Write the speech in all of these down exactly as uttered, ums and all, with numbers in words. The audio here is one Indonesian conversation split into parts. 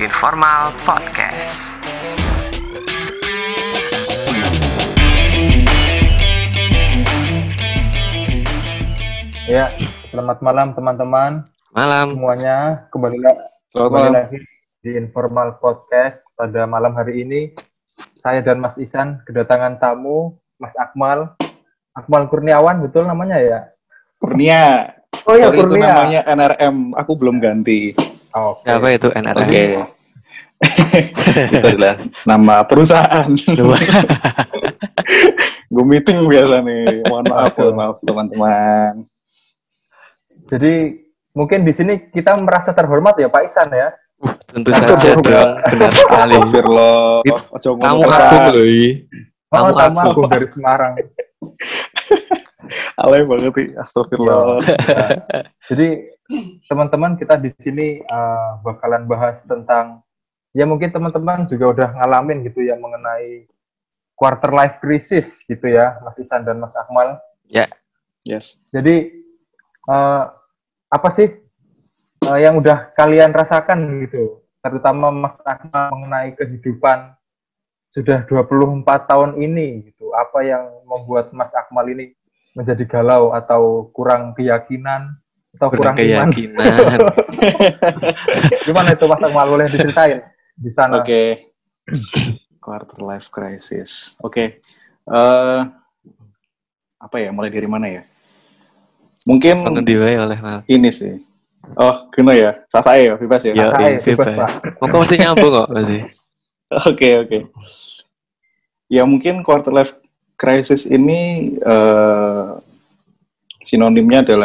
Informal Podcast. Ya, selamat malam teman-teman. Malam. Semuanya kembali, la- kembali lagi di Informal Podcast pada malam hari ini. Saya dan Mas Ihsan kedatangan tamu, Mas Akmal. Akmal Kurniawan, betul namanya ya? Kurnia. Oh ya, Sorry, itu Kurnia. namanya N R M. Aku belum ganti. Oh, Ya, apa itu N R M? Oke. Okay. Itu adalah nama perusahaan. Gue meeting biasa nih. Mohon maaf, mohon maaf teman-teman. Jadi mungkin di sini kita merasa terhormat ya Pak Ihsan ya? Uh, tentu saja dong, benar sekali. Astagfirullah. Tamu agung loh ini. Oh, tamu agung dari Semarang. Alay banget sih, astagfirullah. Nah, jadi teman-teman kita di sini uh, bakalan bahas tentang, ya mungkin teman-teman juga udah ngalamin gitu ya mengenai quarter life crisis gitu ya, Mas Ihsan dan Mas Akmal. Ya. Yes. Jadi uh, apa sih uh, yang udah kalian rasakan gitu, terutama Mas Akmal mengenai kehidupan sudah dua puluh empat tahun ini gitu. Apa yang membuat Mas Akmal ini menjadi galau atau kurang keyakinan atau kurang, kurang keyakinan. Gimana itu Mas Akmal, boleh diceritain di sana? Oke. Okay. Quarter life crisis. Oke. Okay. Uh, apa ya? Mulai dari mana ya? Mungkin oleh ini sih. Oh, gini ya. Sasae ya, bebas ya. Ya, Sasae, bebas. bebas. Kok mesti nyambung kok pasti. Oke, oke. Ya mungkin quarter life crisis ini uh, sinonimnya adalah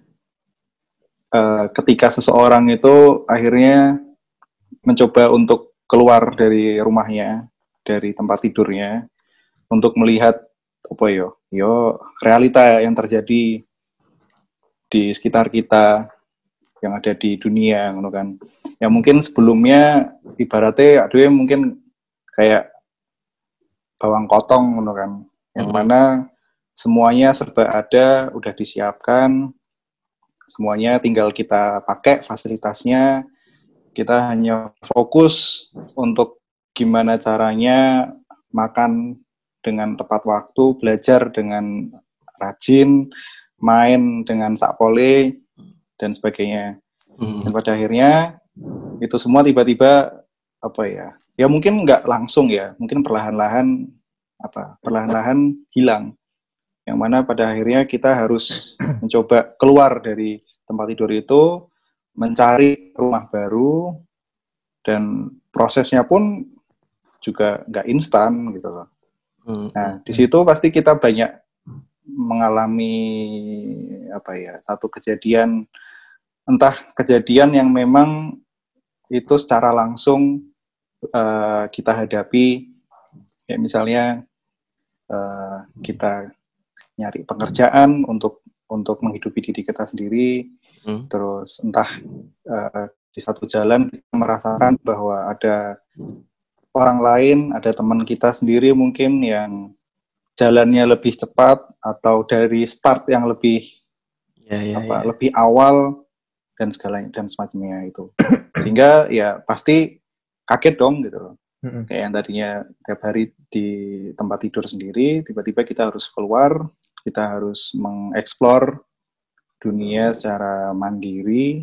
uh, ketika seseorang itu akhirnya mencoba untuk keluar dari rumahnya, dari tempat tidurnya, untuk melihat apa yo, yo realita yang terjadi di sekitar kita, yang ada di dunia, gitu kan. Ya mungkin sebelumnya ibaratnya, aduh mungkin kayak bawang kotong, gitu kan. Yang mana semuanya serba ada, udah disiapkan, semuanya tinggal kita pakai fasilitasnya, kita hanya fokus untuk gimana caranya makan dengan tepat waktu, belajar dengan rajin, main dengan sakpole, dan sebagainya. Hmm. Dan pada akhirnya, itu semua tiba-tiba, apa ya, ya mungkin nggak langsung ya, mungkin perlahan-lahan, apa perlahan-lahan hilang, yang mana pada akhirnya kita harus mencoba keluar dari tempat tidur itu, mencari rumah baru, dan prosesnya pun juga nggak instan gitu loh. Hmm. Nah di situ pasti kita banyak mengalami apa ya, satu kejadian, entah kejadian yang memang itu secara langsung uh, kita hadapi, ya misalnya Uh, kita nyari pekerjaan untuk untuk menghidupi diri kita sendiri, hmm. terus entah uh, di satu jalan kita merasakan bahwa ada orang lain, ada teman kita sendiri mungkin yang jalannya lebih cepat atau dari start yang lebih ya, ya, apa ya. lebih awal dan segala dan semacamnya itu, sehingga ya pasti kaget dong gitu loh. Mm-hmm. Kayak yang tadinya tiap hari di tempat tidur sendiri, tiba-tiba kita harus keluar, kita harus mengeksplor dunia secara mandiri,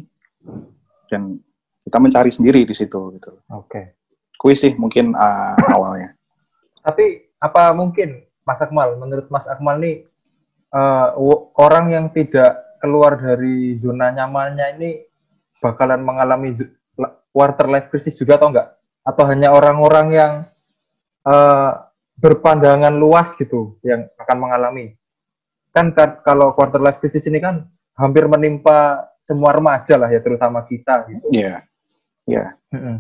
dan kita mencari sendiri di situ gitu. Oke. Okay. Kuis sih mungkin uh, awalnya. Tapi apa mungkin Mas Akmal, menurut Mas Akmal nih uh, orang yang tidak keluar dari zona nyamannya ini bakalan mengalami quarter life crisis juga atau enggak? Atau hanya orang-orang yang uh, berpandangan luas gitu yang akan mengalami? Kan kan kalau quarter life crisis ini kan hampir menimpa semua remaja lah ya, terutama kita gitu. Iya, yeah. iya. Yeah. Mm-hmm.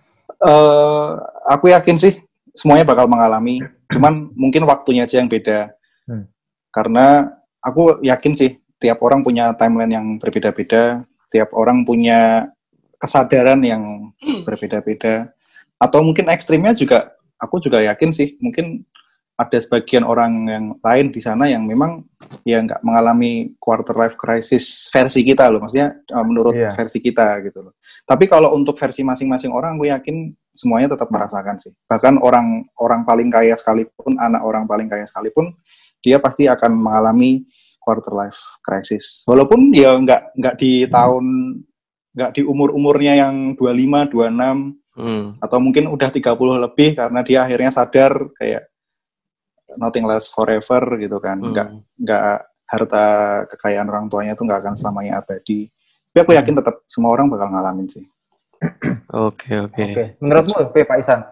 Uh, aku yakin sih semuanya bakal mengalami, cuman mungkin waktunya aja yang beda. Hmm. Karena aku yakin sih tiap orang punya timeline yang berbeda-beda, tiap orang punya kesadaran yang berbeda-beda. Atau mungkin ekstrimnya juga, aku juga yakin sih, mungkin ada sebagian orang yang lain di sana yang memang ya nggak mengalami quarter life crisis versi kita loh, maksudnya uh, menurut Iya. versi kita gitu loh. Tapi kalau untuk versi masing-masing orang, gue yakin semuanya tetap merasakan sih. Bahkan orang orang paling kaya sekalipun, anak orang paling kaya sekalipun, dia pasti akan mengalami quarter life crisis. Walaupun ya nggak nggak di tahun, nggak di umur-umurnya yang dua puluh lima, dua puluh enam, Hmm. atau mungkin udah tiga puluh lebih karena dia akhirnya sadar kayak nothing lasts forever gitu kan. Hmm. Nggak nggak harta kekayaan orang tuanya itu nggak akan selamanya abadi. Tapi aku yakin tetap semua orang bakal ngalamin sih. Oke, oke. Oke, menurutmu P, Pak Isan?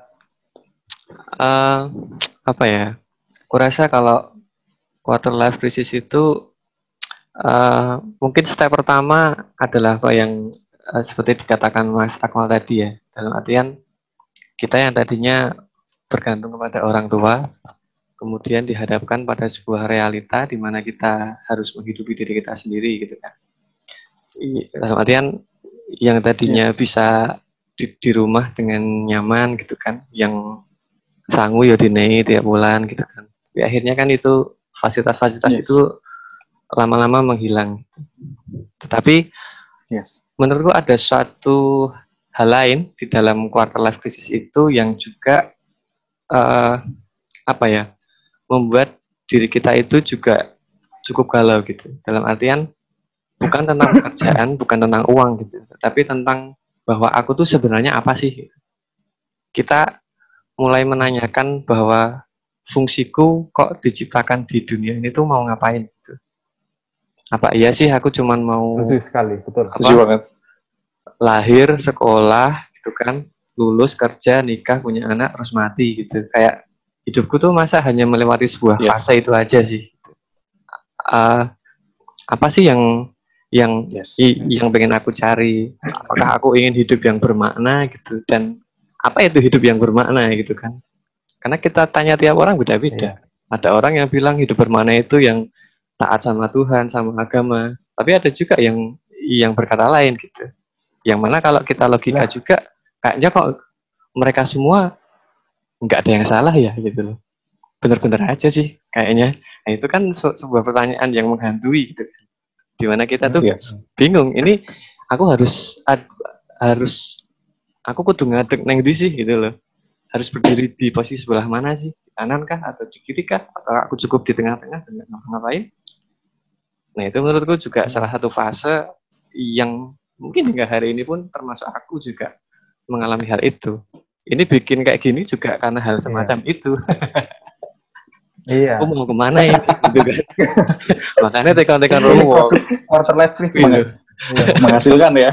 Eh, apa ya? Kurasa kalau quarter life crisis itu eh, mungkin step pertama adalah apa yang eh, seperti dikatakan Mas Akmal tadi ya. Dalam artian kita yang tadinya bergantung kepada orang tua, kemudian dihadapkan pada sebuah realita di mana kita harus menghidupi diri kita sendiri gitu kan. I- Dalam artian yang tadinya Yes. bisa di, di rumah dengan nyaman gitu kan, yang sangu ya dinei tiap bulan gitu kan. Tapi akhirnya kan itu fasilitas-fasilitas Yes. itu lama-lama menghilang. Tetapi Yes. menurutku ada suatu hal lain di dalam quarter life crisis itu yang juga eh, apa ya, membuat diri kita itu juga cukup galau gitu. Dalam artian bukan tentang pekerjaan, bukan tentang uang gitu, tapi tentang bahwa aku tuh sebenarnya apa sih? Gitu. Kita mulai menanyakan bahwa fungsiku kok diciptakan di dunia ini tuh mau ngapain gitu. Apa iya sih aku cuman mau Setuju sekali, betul. Setuju banget. lahir, sekolah gitu kan, lulus, kerja, nikah, punya anak, terus mati gitu. Kayak hidupku tuh masa hanya melewati sebuah Yes. fase itu aja sih. Uh, apa sih yang yang Yes. i- yang pengen aku cari? Apakah aku ingin hidup yang bermakna gitu? Dan apa itu hidup yang bermakna gitu kan? Karena kita tanya tiap orang beda-beda. Ada orang yang bilang hidup bermakna itu yang taat sama Tuhan, sama agama. Tapi ada juga yang yang berkata lain gitu. Yang mana kalau kita logika Nah. juga, kayaknya kok mereka semua nggak ada yang salah ya gitu loh. Bener-bener aja sih kayaknya. Nah itu kan se- sebuah pertanyaan yang menghantui gitu. Dimana kita tuh Yes. bingung. Ini aku harus ad- harus aku kudu ngadeg neng di sih gitu loh. Harus berdiri di posisi sebelah mana sih? Di kanan kah atau di kiri kah? Atau aku cukup di tengah-tengah dan nggak ngapa-ngapain? Nah itu menurutku juga salah satu fase yang mungkin hingga hari ini pun termasuk aku juga mengalami hal itu. Ini bikin kayak gini juga karena hal semacam itu. Iya. Aku mau kemana ini? Gitu kan. Makanya tekan-tekan Ini ruang. produk quarter life crisis. Gitu. Iya. Menghasilkan ya.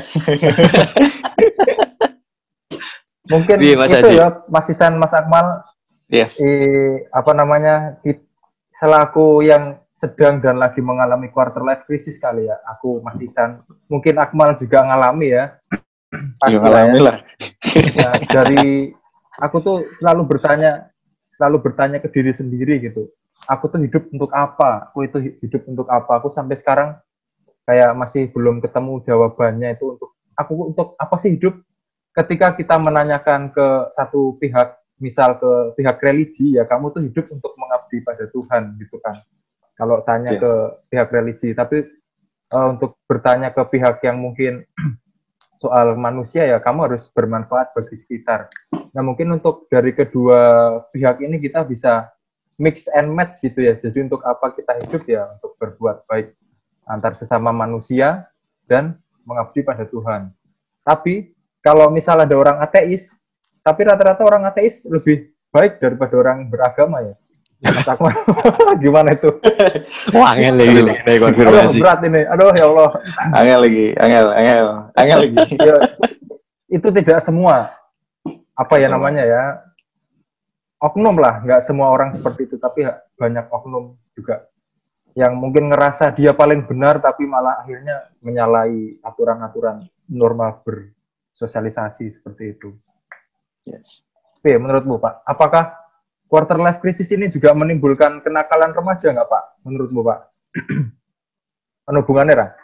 Mungkin Iya, Mas itu Haji. ya Mas Isan, Mas Akmal, Yes. eh, apa namanya, ki- selaku yang sedang dan lagi mengalami quarter life crisis kali ya, aku Mas Isan, mungkin Akmal juga ngalami ya. Pasti Ya, lah ya. ngalami lah. Ya, dari aku tuh selalu bertanya, selalu bertanya ke diri sendiri gitu. Aku tuh hidup untuk apa? Aku itu hidup untuk apa? Aku sampai sekarang kayak masih belum ketemu jawabannya itu untuk aku untuk apa sih hidup? Ketika kita menanyakan ke satu pihak, misal ke pihak religi, ya kamu tuh hidup untuk mengabdi pada Tuhan gitu kan. Kalau tanya Yes. ke pihak religi, tapi uh, untuk bertanya ke pihak yang mungkin soal manusia ya kamu harus bermanfaat bagi sekitar. Nah mungkin untuk dari kedua pihak ini kita bisa mix and match gitu ya. Jadi untuk apa kita hidup ya untuk berbuat baik antar sesama manusia dan mengabdi pada Tuhan. Tapi kalau misal ada orang ateis, tapi rata-rata orang ateis lebih baik daripada orang beragama ya. Mas Akmal, gimana itu? Wah, angel lagi dari Aduh konfirmasi. berat ini, aduh ya Allah. Angel lagi, angel, angel, angel lagi. Ya, itu tidak semua apa ya Semua. namanya ya oknum lah, nggak semua orang seperti itu, tapi banyak oknum juga yang mungkin ngerasa dia paling benar tapi malah akhirnya menyalahi aturan-aturan norma bersosialisasi seperti itu. Yes. Oke, menurutmu Pak, apakah quarter life crisis ini juga menimbulkan kenakalan remaja nggak Pak? Menurutmu Pak? Ano hubungannya Ra?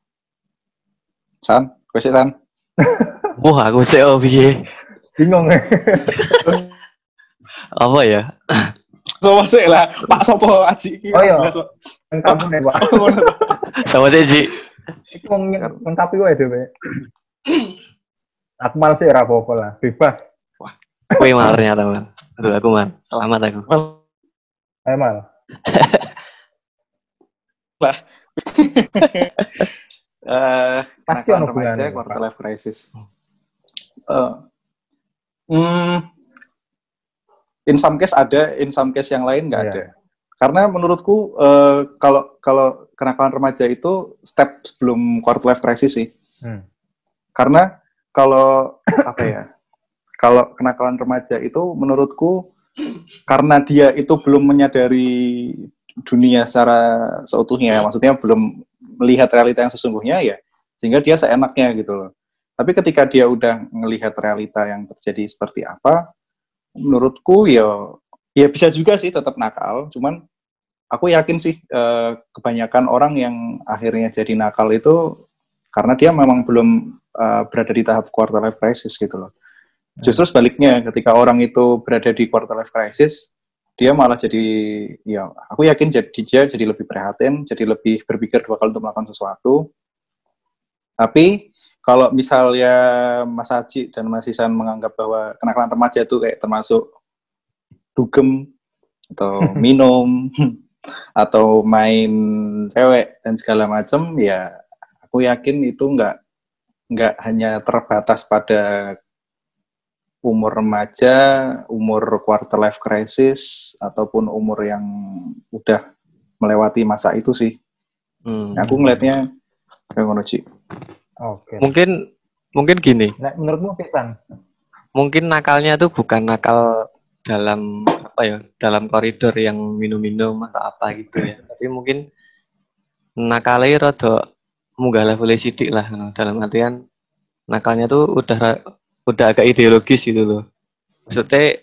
San, gue sih San. Wah, aku sih oh piye. Bingung. Apa ya? Sopo sih lah, Pak Sopo Aji iki. Oh iya. Jelas kok. Lengkap nih, Pak. Sama sih, Ji. Iku wong lengkapi wae dhewe. Akmal sih ora apa-apa lah, bebas. Kowe mal ternyata, Man. Aduh, aku, Man. Selamat aku. Ayo mal. Lah. Eh, Pasti kenakalan ono hubungannya, remaja, Pak. quarter life crisis. Eh, hmm, in some case ada, in some case yang lain nggak Iya. ada. Karena menurutku eh, kalau kalau kenakalan remaja itu step sebelum quarter life crisis sih. Hmm. Karena kalau apa ya? Kalau kenakalan remaja itu menurutku karena dia itu belum menyadari dunia secara seutuhnya, maksudnya belum melihat realita yang sesungguhnya ya, sehingga dia seenaknya gitu loh. Tapi ketika dia udah melihat realita yang terjadi seperti apa, menurutku ya ya bisa juga sih tetap nakal, cuman aku yakin sih eh, kebanyakan orang yang akhirnya jadi nakal itu karena dia memang belum eh, berada di tahap quarter life crisis gitu loh. Justru sebaliknya, ketika orang itu berada di quarter life crisis, dia malah jadi, ya aku yakin jadi dia jadi lebih prihatin, jadi lebih berpikir dua kali untuk melakukan sesuatu. Tapi kalau misalnya Mas Haji dan Mas Isan menganggap bahwa kenakalan remaja itu kayak termasuk dugem atau minum atau main cewek dan segala macam, ya aku yakin itu nggak nggak hanya terbatas pada umur remaja, umur quarter life crisis, ataupun umur yang udah melewati masa itu sih. Hmm. Aku ngelihatnya kayak ngono Ci. Oke. Mungkin mungkin gini. Nah, menurutmu Pisan? Mungkin nakalnya tuh bukan nakal dalam apa ya, dalam koridor yang minum-minum atau apa gitu ya. Tapi mungkin nakalnya rada munggah level sidik lah. Dalam artian nakalnya tuh udah udah agak ideologis gitu loh. Maksudnya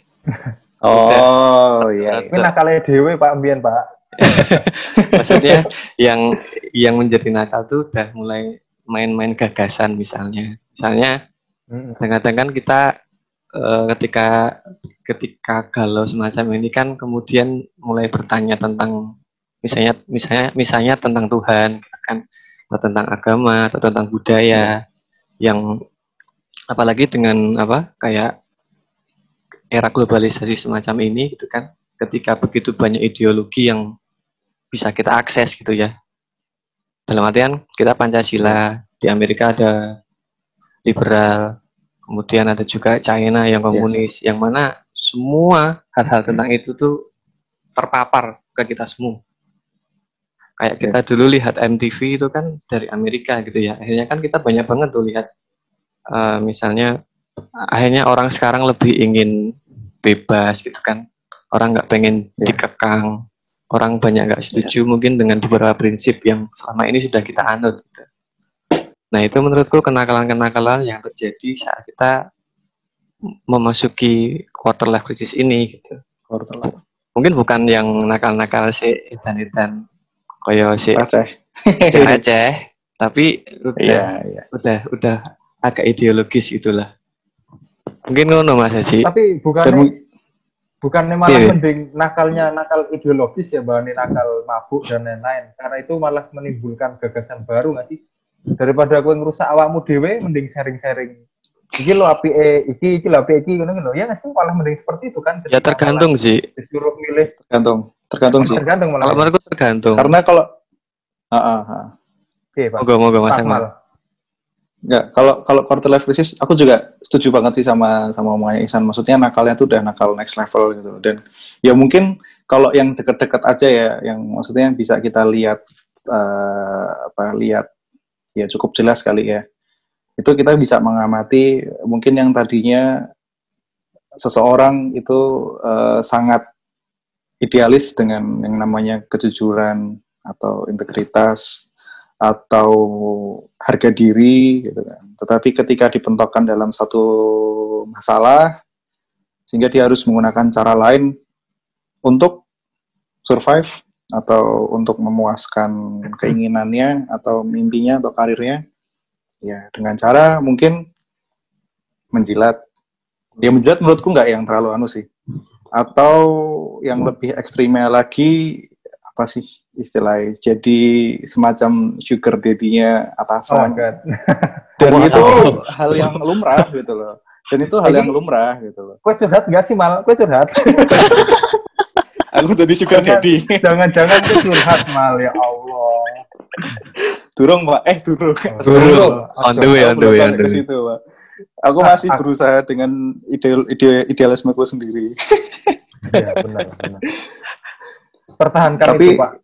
oh iya. Ini nakalnya dewe Pak Mbian Pak. Maksudnya yang yang menjadi nakal tuh udah mulai main-main gagasan misalnya. Misalnya Hmm. kadang-kadang kan kita uh, ketika ketika galau semacam ini kan kemudian mulai bertanya tentang misalnya misalnya misalnya tentang Tuhan gitu kan, atau tentang agama atau tentang budaya yang apalagi dengan apa kayak era globalisasi semacam ini gitu kan, ketika begitu banyak ideologi yang bisa kita akses gitu ya. Dalam artian kita Pancasila, di Amerika ada liberal, kemudian ada juga China yang komunis, yes. Yang mana semua hal-hal tentang itu tuh terpapar ke kita semua. Kayak kita yes. dulu lihat M T V itu kan dari Amerika gitu ya. Akhirnya kan kita banyak banget tuh lihat Uh, misalnya akhirnya orang sekarang lebih ingin bebas gitu kan, orang nggak pengen yeah. dikekang, orang banyak nggak setuju yeah. mungkin dengan beberapa prinsip yang selama ini sudah kita anut gitu. Nah itu menurutku kenakalan-kenakalan yang terjadi saat kita memasuki quarter life crisis ini gitu. Mungkin bukan yang nakal-nakal si edan-edan koyo si receh, tapi udah yeah, yeah. udah udah agak ideologis itulah. Mungkin ngono Mas Haji. Tapi bukannya bukannya malah yeah. mending nakalnya nakal ideologis ya, bahwa nakal mabuk dan lain-lain. Karena itu malah menimbulkan gagasan baru nggak sih? Daripada aku ngerusak awakmu dhewe, mending sharing-sharing. Iki lo api e, iki iki lo api iki ngono ngono. Ya nggak sih, malah mending seperti itu kan. Ya tergantung sih. Disuruh milih. Tergantung. Tergantung sih. Tergantung malah. Kalau menurutku tergantung. Karena kalau heeh, heeh. Oke, Pak. Moga-moga Mas Akmal. Enggak, kalau kalau quarter life crisis aku juga setuju banget sih sama sama omongannya Ihsan. Maksudnya nakalnya tuh udah nakal next level gitu. Dan ya mungkin kalau yang deket-deket aja ya, yang maksudnya bisa kita lihat uh, apa lihat ya cukup jelas kali ya. Itu kita bisa mengamati mungkin yang tadinya seseorang itu uh, sangat idealis dengan yang namanya kejujuran atau integritas atau harga diri gitu kan. Tetapi ketika dipentokkan dalam satu masalah sehingga dia harus menggunakan cara lain untuk survive atau untuk memuaskan keinginannya atau mimpinya atau karirnya, ya dengan cara mungkin menjilat. Ya menjilat menurutku nggak yang terlalu anu sih. atau yang lebih ekstrimnya lagi apa sih istilahnya? Jadi semacam sugar daddy-nya Oh my atasan. god. Dan Wow. itu hal yang lumrah gitu loh. Dan itu hal Ini- yang lumrah gitu loh. Kue curhat gak sih Mal? Kue curhat. Aku tadi sugar Jangan- daddy. Jangan-jangan kue curhat Mal, ya Allah. Durung, Pak. Eh, durung. Durung. On the way, Aku on the belum way, on sampai the ke way. situ, Pak. Aku Ah, masih ah. berusaha dengan ide, ide idealismeku sendiri. Iya, benar, benar. Pertahankan Tapi itu, Pak.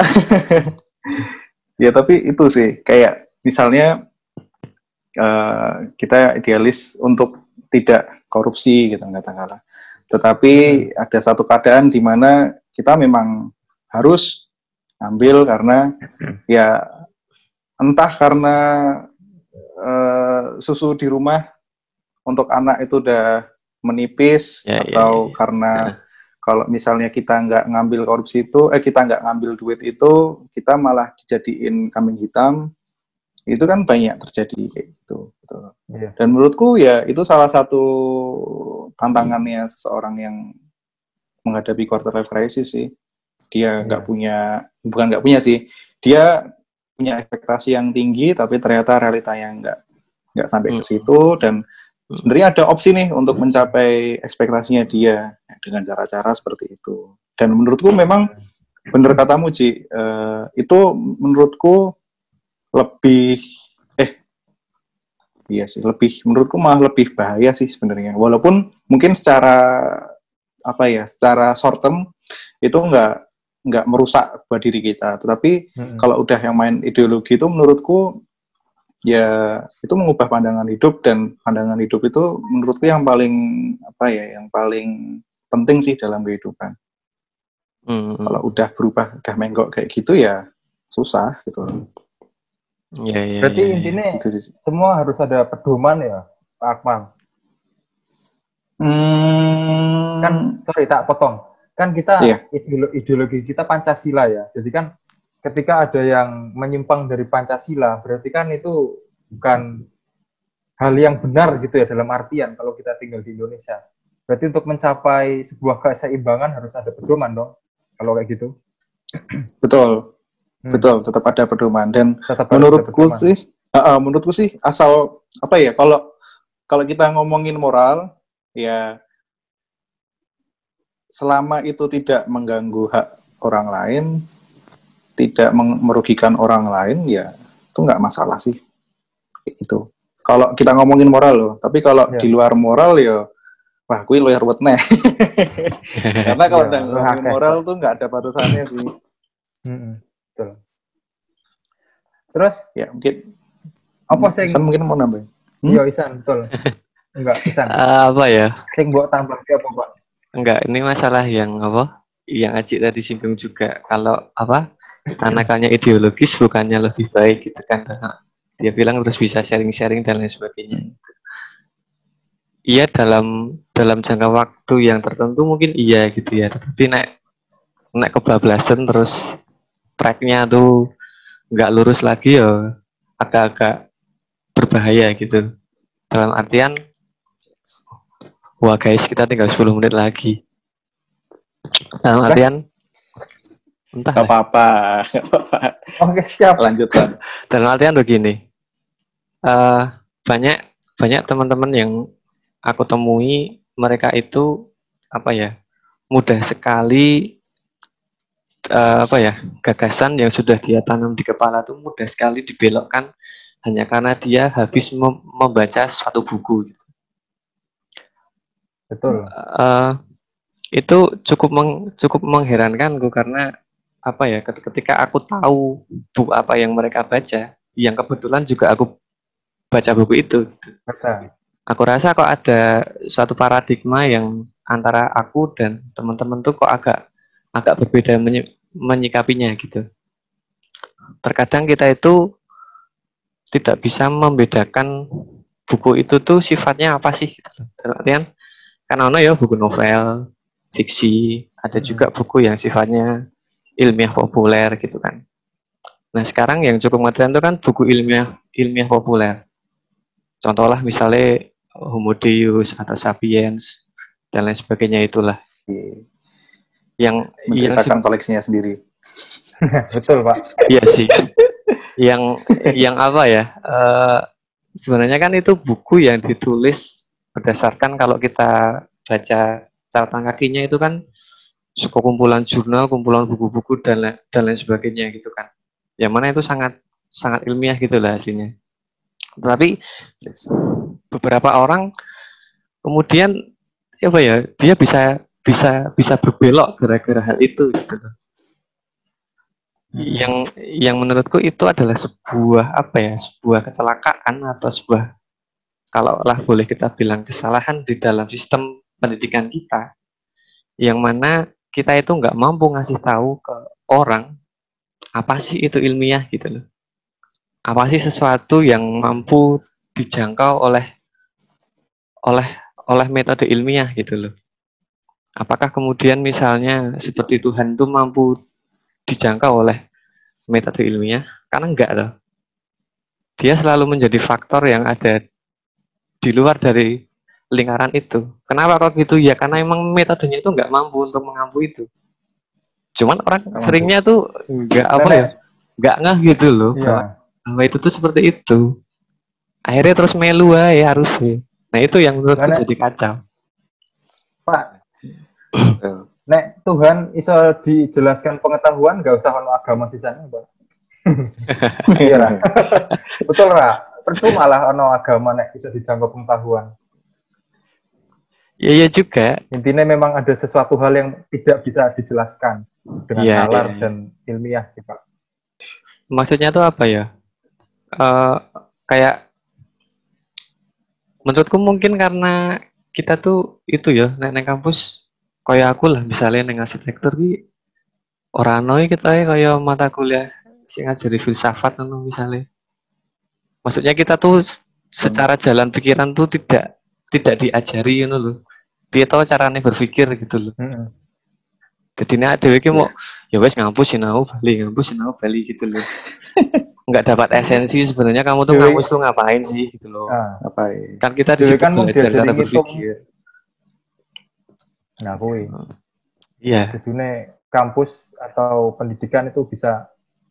ya tapi itu sih kayak misalnya eh, kita idealis untuk tidak korupsi gitu katakanlah. Tetapi Hmm. ada satu keadaan di mana kita memang harus ambil karena ya entah karena eh, susu di rumah untuk anak itu udah menipis Ya, ya, atau ya, ya. karena Ya. kalau misalnya kita nggak ngambil korupsi itu, eh kita nggak ngambil duit itu, kita malah dijadiin kambing hitam, itu kan banyak terjadi kayak gitu. Gitu. Iya. Dan menurutku ya itu salah satu tantangannya seseorang yang menghadapi quarter life crisis sih. Dia nggak Iya. punya, bukan nggak punya sih, dia punya ekspektasi yang tinggi, tapi ternyata realitanya nggak nggak sampai ke Hmm. situ dan sebenarnya ada opsi nih untuk mencapai ekspektasinya dia dengan cara-cara seperti itu. Dan menurutku memang bener katamu Ci, eh, itu menurutku lebih eh iya sih lebih menurutku malah lebih bahaya sih sebenarnya. Walaupun mungkin secara apa ya, secara short term itu nggak nggak merusak buat diri kita, tetapi Mm-mm. kalau udah yang main ideologi itu menurutku ya itu mengubah pandangan hidup dan pandangan hidup itu menurutku yang paling apa ya yang paling penting sih dalam kehidupan. Hmm. Kalau udah berubah udah menggok kayak gitu ya susah gitu. Ya, ya, Berarti ya, ya. intinya Gitu sih. semua harus ada pedoman ya, Pak Akmal. Hmm, Kan, sorry tak potong. Kan kita Iya. ideolo- ideologi kita Pancasila ya. Jadi kan ketika ada yang menyimpang dari Pancasila, berarti kan itu bukan hal yang benar gitu ya dalam artian kalau kita tinggal di Indonesia. Berarti untuk mencapai sebuah keseimbangan harus ada pedoman dong. Kalau kayak gitu. betul, Hmm. betul, tetap ada pedoman dan Tetap harus ada menurutku pedoman. sih, uh, uh, menurutku sih asal apa ya kalau kalau kita ngomongin moral ya selama itu tidak mengganggu hak orang lain, tidak meng- merugikan orang lain ya itu nggak masalah sih. Kayak gitu. Kalau kita ngomongin moral loh, tapi kalau Ya. di luar moral ya wah kui lawyer wetneh. Karena kalau Iya, udah lu ngomongin akeh. moral tuh nggak ada batasannya sih. Mm-mm. Betul. Terus Ya mungkin apa sing Isan mungkin mau nambahin. Hmm? iya Isan, betul. Enggak, Isan. Eh, apa ya? Sing mbok tambah ki apa, Pak? Enggak, ini masalah yang apa? Yang Aji tadi singgung juga. Kalau apa? Kita nakalnya ideologis bukannya lebih baik gitu kan. Dia bilang terus bisa sharing-sharing dan lain sebagainya. Iya dalam dalam jangka waktu yang tertentu mungkin iya gitu ya. Tapi naik naik kebablasan terus tracknya tuh nggak lurus lagi ya agak-agak berbahaya gitu. Dalam artian wah guys kita tinggal sepuluh menit lagi. Dalam artian entah Gak lah. apa-apa, gak apa-apa. Oke, siap. Lanjut lah. Dalam artian begini, eh banyak banyak teman-teman yang aku temui mereka itu apa ya mudah sekali eh, apa ya gagasan yang sudah dia tanam di kepala itu mudah sekali dibelokkan hanya karena dia habis mem- membaca suatu buku. Betul. Eh, itu cukup meng, cukup mengherankan gue karena apa ya ketika aku tahu buku apa yang mereka baca, yang kebetulan juga aku baca buku itu. Baca. Aku rasa kok ada suatu paradigma yang antara aku dan teman-teman tuh kok agak agak berbeda menyi- menyikapinya gitu. Terkadang kita itu tidak bisa membedakan buku itu tuh sifatnya apa sih gitu. Dalam artian kan ono ya buku novel, fiksi, ada juga buku yang sifatnya ilmiah populer gitu kan. Nah sekarang yang cukup modern itu kan buku ilmiah ilmiah populer. Contohlah misalnya Homo Deus atau Sapiens dan lain sebagainya itulah. Iya. Yang yang Menceritakan se- koleksinya sendiri. Betul, Pak. iya sih. Yang yang apa ya? eh, sebenarnya kan itu buku yang ditulis berdasarkan kalau kita baca catatan kakinya itu kan suku kumpulan jurnal, kumpulan buku-buku dan la- dan lain sebagainya gitu kan. Yang mana itu sangat sangat ilmiah gitu lah hasilnya. Tapi Yes. beberapa orang kemudian apa ya, dia bisa bisa bisa berbelok gara-gara hal itu gitu loh. Yang yang menurutku itu adalah sebuah apa ya, sebuah kecelakaan atau sebuah, kalau lah boleh kita bilang, kesalahan di dalam sistem pendidikan kita, yang mana kita itu nggak mampu ngasih tahu ke orang apa sih itu ilmiah gitu loh. Apa sih sesuatu yang mampu dijangkau oleh oleh oleh metode ilmiah gitu loh. Apakah kemudian misalnya seperti Tuhan itu mampu dijangkau oleh metode ilmiah? Karena enggak loh. Dia selalu menjadi faktor yang ada di luar dari lingkaran itu. Kenapa kok gitu? Ya karena emang metodenya itu nggak mampu untuk mengampu itu. Cuman orang Nggak mampu. seringnya tuh nggak apa Nenek, ya, nggak ngeh gitu loh bahwa, iya. bahwa itu tuh seperti itu. Akhirnya terus melu ya harusnya. Nah itu yang menurutku Nenek, jadi kacau. Pak, Betul. nek Tuhan iso dijelaskan pengetahuan, nggak usah ono agama sisanya, Pak. Iya lah. Betul lah. Percuma lah ono agama nek bisa dijangkau pengetahuan. Ya iya juga. Intinya memang ada sesuatu hal yang tidak bisa dijelaskan dengan Iya, nalar iya. dan ilmiah sih, Pak. Maksudnya tuh apa ya? Eh kayak menurutku mungkin karena kita tuh itu ya, nek neng kampus kayak aku lah misalnya neng arsitektur ki ora ono kita ya kayak mata kuliah sing ngajari filsafat ngono misalnya. Maksudnya kita tuh s- secara jalan pikiran tuh tidak tidak diajari ngono loh. Dia tahu caranya berpikir gitu loh. Mm-mm. Jadi nek dhewe ki mau Iya. ya wes ngampus sinau bali, ngampus sinau bali gitu loh. Nggak dapat esensi sebenarnya kamu tuh Dewe, ngampus tuh ngapain sih gitu loh. ah, Apa ya? Kan kita di dewe situ kan mau belajar diajari cara ngitung. berpikir. Nah, kuwi. Iya, Kudune kampus atau pendidikan itu bisa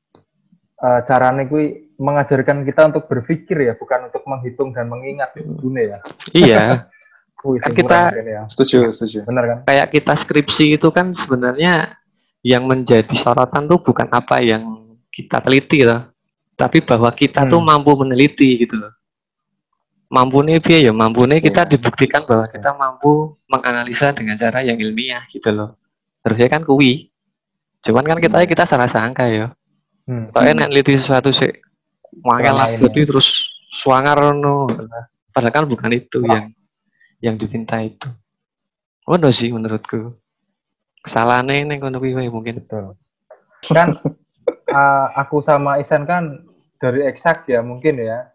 uh, caranya kuwi mengajarkan kita untuk berpikir ya, bukan untuk menghitung dan mengingat kudune ya. iya. Kuwi Kan sing kurang kita mungkin ya. Setuju, setuju. Benar kan? kayak kita skripsi itu kan sebenarnya yang menjadi sorotan tuh bukan apa yang kita teliti loh, tapi bahwa kita tuh Hmm. mampu meneliti gitu loh. Mampunya dia ya, mampunya kita Iya. dibuktikan bahwa kita mampu menganalisa dengan cara yang ilmiah gitu loh. Harusnya kan kuwi. Cuman kan kita Iya. kita salah sangka ya. Hmm. Soalnya nek neliti sesuatu sih wangel Selama lah ini. berarti terus swanger no. Padahal kan bukan itu yang yang diminta itu. Oh no sih menurutku. Kesalahannya ini kono kuwi wae mungkin. Betul. Kan uh, aku sama Isan kan dari eksak ya mungkin ya.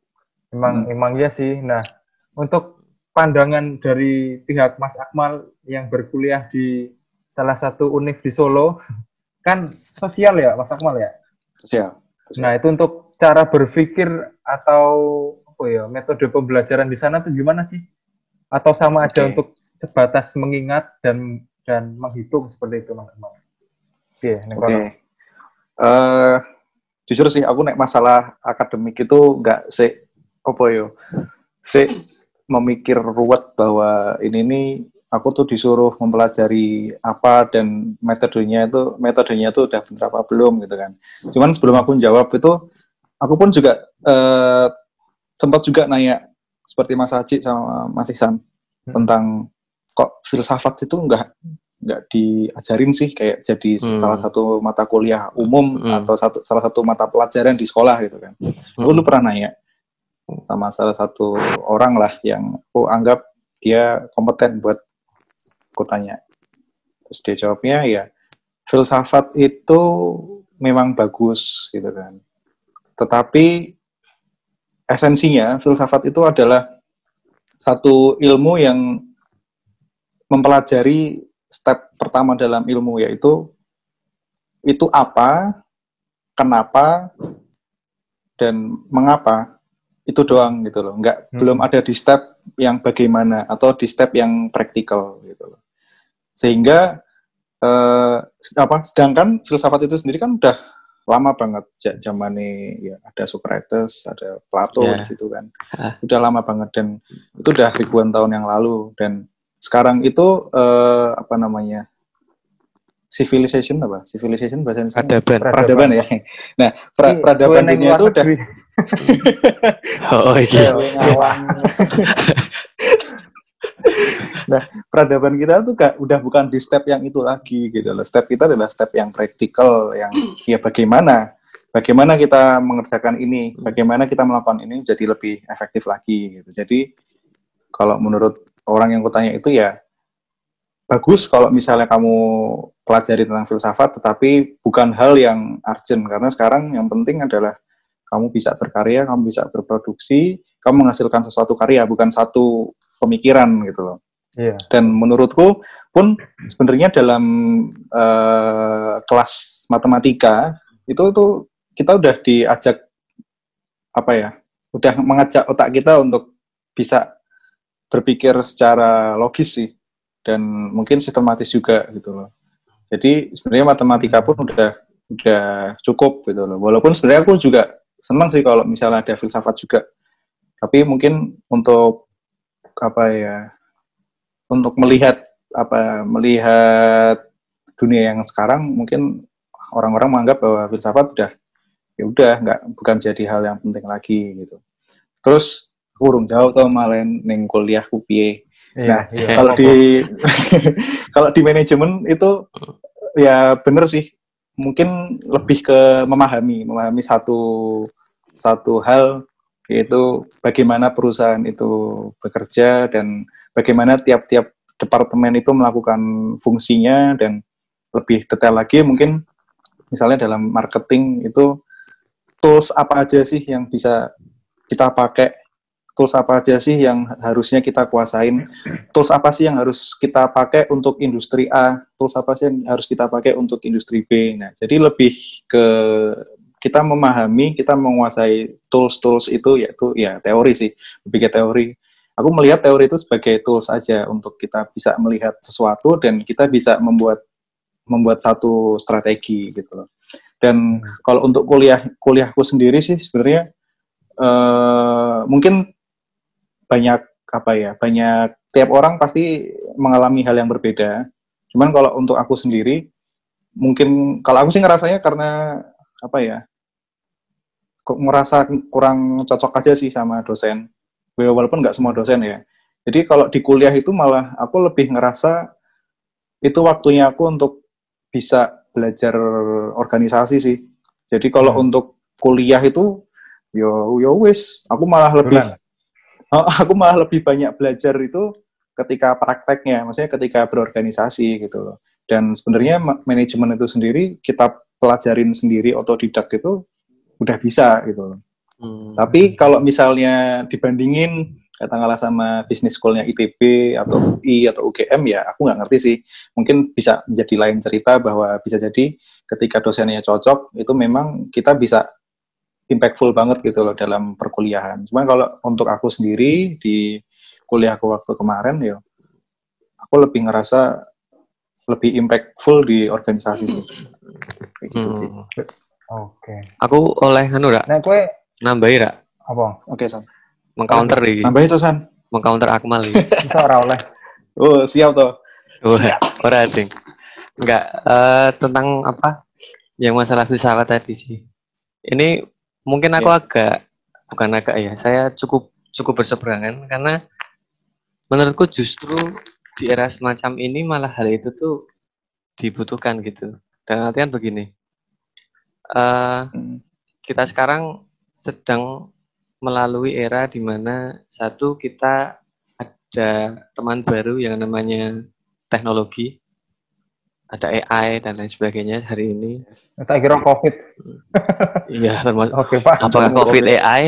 Emang Hmm. emang ya sih. Nah, untuk pandangan dari pihak Mas Akmal yang berkuliah di salah satu univ di Solo, kan sosial ya Mas Akmal ya. Sosial. Nah, itu untuk cara berpikir atau apa ya, metode pembelajaran di sana tuh gimana sih? Atau sama aja Oke. untuk sebatas mengingat dan dan menghitung seperti itu Mas Akmal? Oke, ning Oke. kono. Eh, jujur sih aku nek masalah akademik itu nggak se apa yo se memikir ruwet bahwa ini nih aku tuh disuruh mempelajari apa dan metodenya itu metodenya itu udah bener apa belum gitu kan. Cuman sebelum aku jawab itu aku pun juga eh, sempat juga nanya seperti Mas Haji sama Mas Ihsan Hmm. tentang kok filsafat itu nggak nggak diajarin sih kayak jadi Hmm. salah satu mata kuliah umum Hmm. atau satu salah satu mata pelajaran di sekolah gitu kan. Aku dulu pernah nanya sama salah satu orang lah yang aku anggap dia kompeten buat aku tanya. Terus dia jawabnya ya filsafat itu memang bagus gitu kan. Tetapi esensinya filsafat itu adalah satu ilmu yang mempelajari step pertama dalam ilmu yaitu itu apa, kenapa, dan mengapa. Itu doang gitu loh. Enggak, Hmm. belum ada di step yang bagaimana atau di step yang praktikal gitu loh. Sehingga eh, apa sedangkan filsafat itu sendiri kan udah lama banget, sejak zamannya ya ada Socrates, ada Plato Ya. di situ kan. Ah. Udah lama banget dan itu udah ribuan tahun yang lalu, dan sekarang itu eh, apa namanya? Civilization apa? Civilization bahasa Indonesia? Peradaban. Peradaban ya. Nah, pra- Ini peradaban suwe neng dunia luar itu udah negeri. Oh iya. sesuai ngawang. Nah, peradaban kita tuh gak, udah bukan di step yang itu lagi gitu loh. Step kita adalah step yang praktikal, yang ya bagaimana bagaimana kita mengerjakan ini, bagaimana kita melakukan ini jadi lebih efektif lagi gitu. Jadi kalau menurut orang yang kutanya itu ya bagus kalau misalnya kamu pelajari tentang filsafat, tetapi bukan hal yang urgent, karena sekarang yang penting adalah kamu bisa berkarya, kamu bisa berproduksi, kamu menghasilkan sesuatu karya, bukan satu pemikiran gitu loh. Iya. Dan menurutku pun sebenarnya dalam uh, kelas matematika itu tuh kita udah diajak apa ya, udah mengajak otak kita untuk bisa berpikir secara logis sih, dan mungkin sistematis juga gitu loh. Jadi sebenarnya matematika pun udah udah cukup gitu loh. Walaupun sebenarnya aku juga senang sih kalau misalnya ada filsafat juga. Tapi mungkin untuk apa ya? Untuk melihat apa melihat dunia yang sekarang, mungkin orang-orang menganggap bahwa filsafat udah ya udah nggak bukan jadi hal yang penting lagi gitu. Terus kurung jauh tuh malah neng kuliah kupiye. Nah, Iya, iya. kalau di kalau di manajemen itu ya bener sih, mungkin lebih ke memahami memahami satu satu hal, yaitu bagaimana perusahaan itu bekerja dan bagaimana tiap-tiap departemen itu melakukan fungsinya, dan lebih detail lagi mungkin misalnya dalam marketing itu tools apa aja sih yang bisa kita pakai, tools apa aja sih yang harusnya kita kuasain, tools apa sih yang harus kita pakai untuk industri A, tools apa sih yang harus kita pakai untuk industri B. Nah, jadi lebih ke kita memahami, kita menguasai tools-tools itu, yaitu ya teori sih, lebih ke teori. Aku melihat teori itu sebagai tools aja untuk kita bisa melihat sesuatu dan kita bisa membuat membuat satu strategi gitu loh. Dan kalau untuk kuliah kuliahku sendiri sih sebenarnya uh, mungkin banyak apa ya banyak tiap orang pasti mengalami hal yang berbeda. Cuman kalau untuk aku sendiri mungkin kalau aku sih ngerasanya karena apa ya kok merasa kurang cocok aja sih sama dosen. Walaupun nggak semua dosen ya. Jadi kalau di kuliah itu malah aku lebih ngerasa itu waktunya aku untuk bisa belajar organisasi sih. Jadi kalau hmm. untuk kuliah itu yo yo wis, aku malah lebih oh, aku malah lebih banyak belajar itu ketika prakteknya, maksudnya ketika berorganisasi gitu loh. Dan sebenarnya manajemen itu sendiri kita pelajarin sendiri otodidak itu udah bisa gitu loh. Hmm. Tapi kalau misalnya dibandingin katakanlah sama bisnis school-nya I T B atau U I atau U G M, ya aku nggak ngerti sih. Mungkin bisa menjadi lain cerita bahwa bisa jadi ketika dosennya cocok, itu memang kita bisa impactful banget gitu loh dalam perkuliahan. Cuma kalau untuk aku sendiri di kuliahku waktu kemarin, ya aku lebih ngerasa lebih impactful di organisasi sih. Kayak gitu hmm. sih. Oke. Okay. Aku oleh anu Ra. Nah, kowe nambahi Ra. Apa? Oke, okay, San. Mengcounter iki. Nambahi to, San. Mengcounter Akmal iki. Bisa ora oleh. Oh, siap toh. Siap. Ora ding. Enggak uh, tentang apa? Yang masalah filsafat tadi sih. Ini mungkin aku yeah. agak bukan agak ya. Saya cukup cukup berseberangan karena menurutku justru di era semacam ini malah hal itu tuh dibutuhkan gitu. Dan artian begini. Uh, hmm. Kita sekarang sedang melalui era di mana satu kita ada teman baru yang namanya teknologi, ada A I dan lain sebagainya hari ini. Tak kira COVID. Iya, termasuk. Oke, Pak. Apakah COVID A I?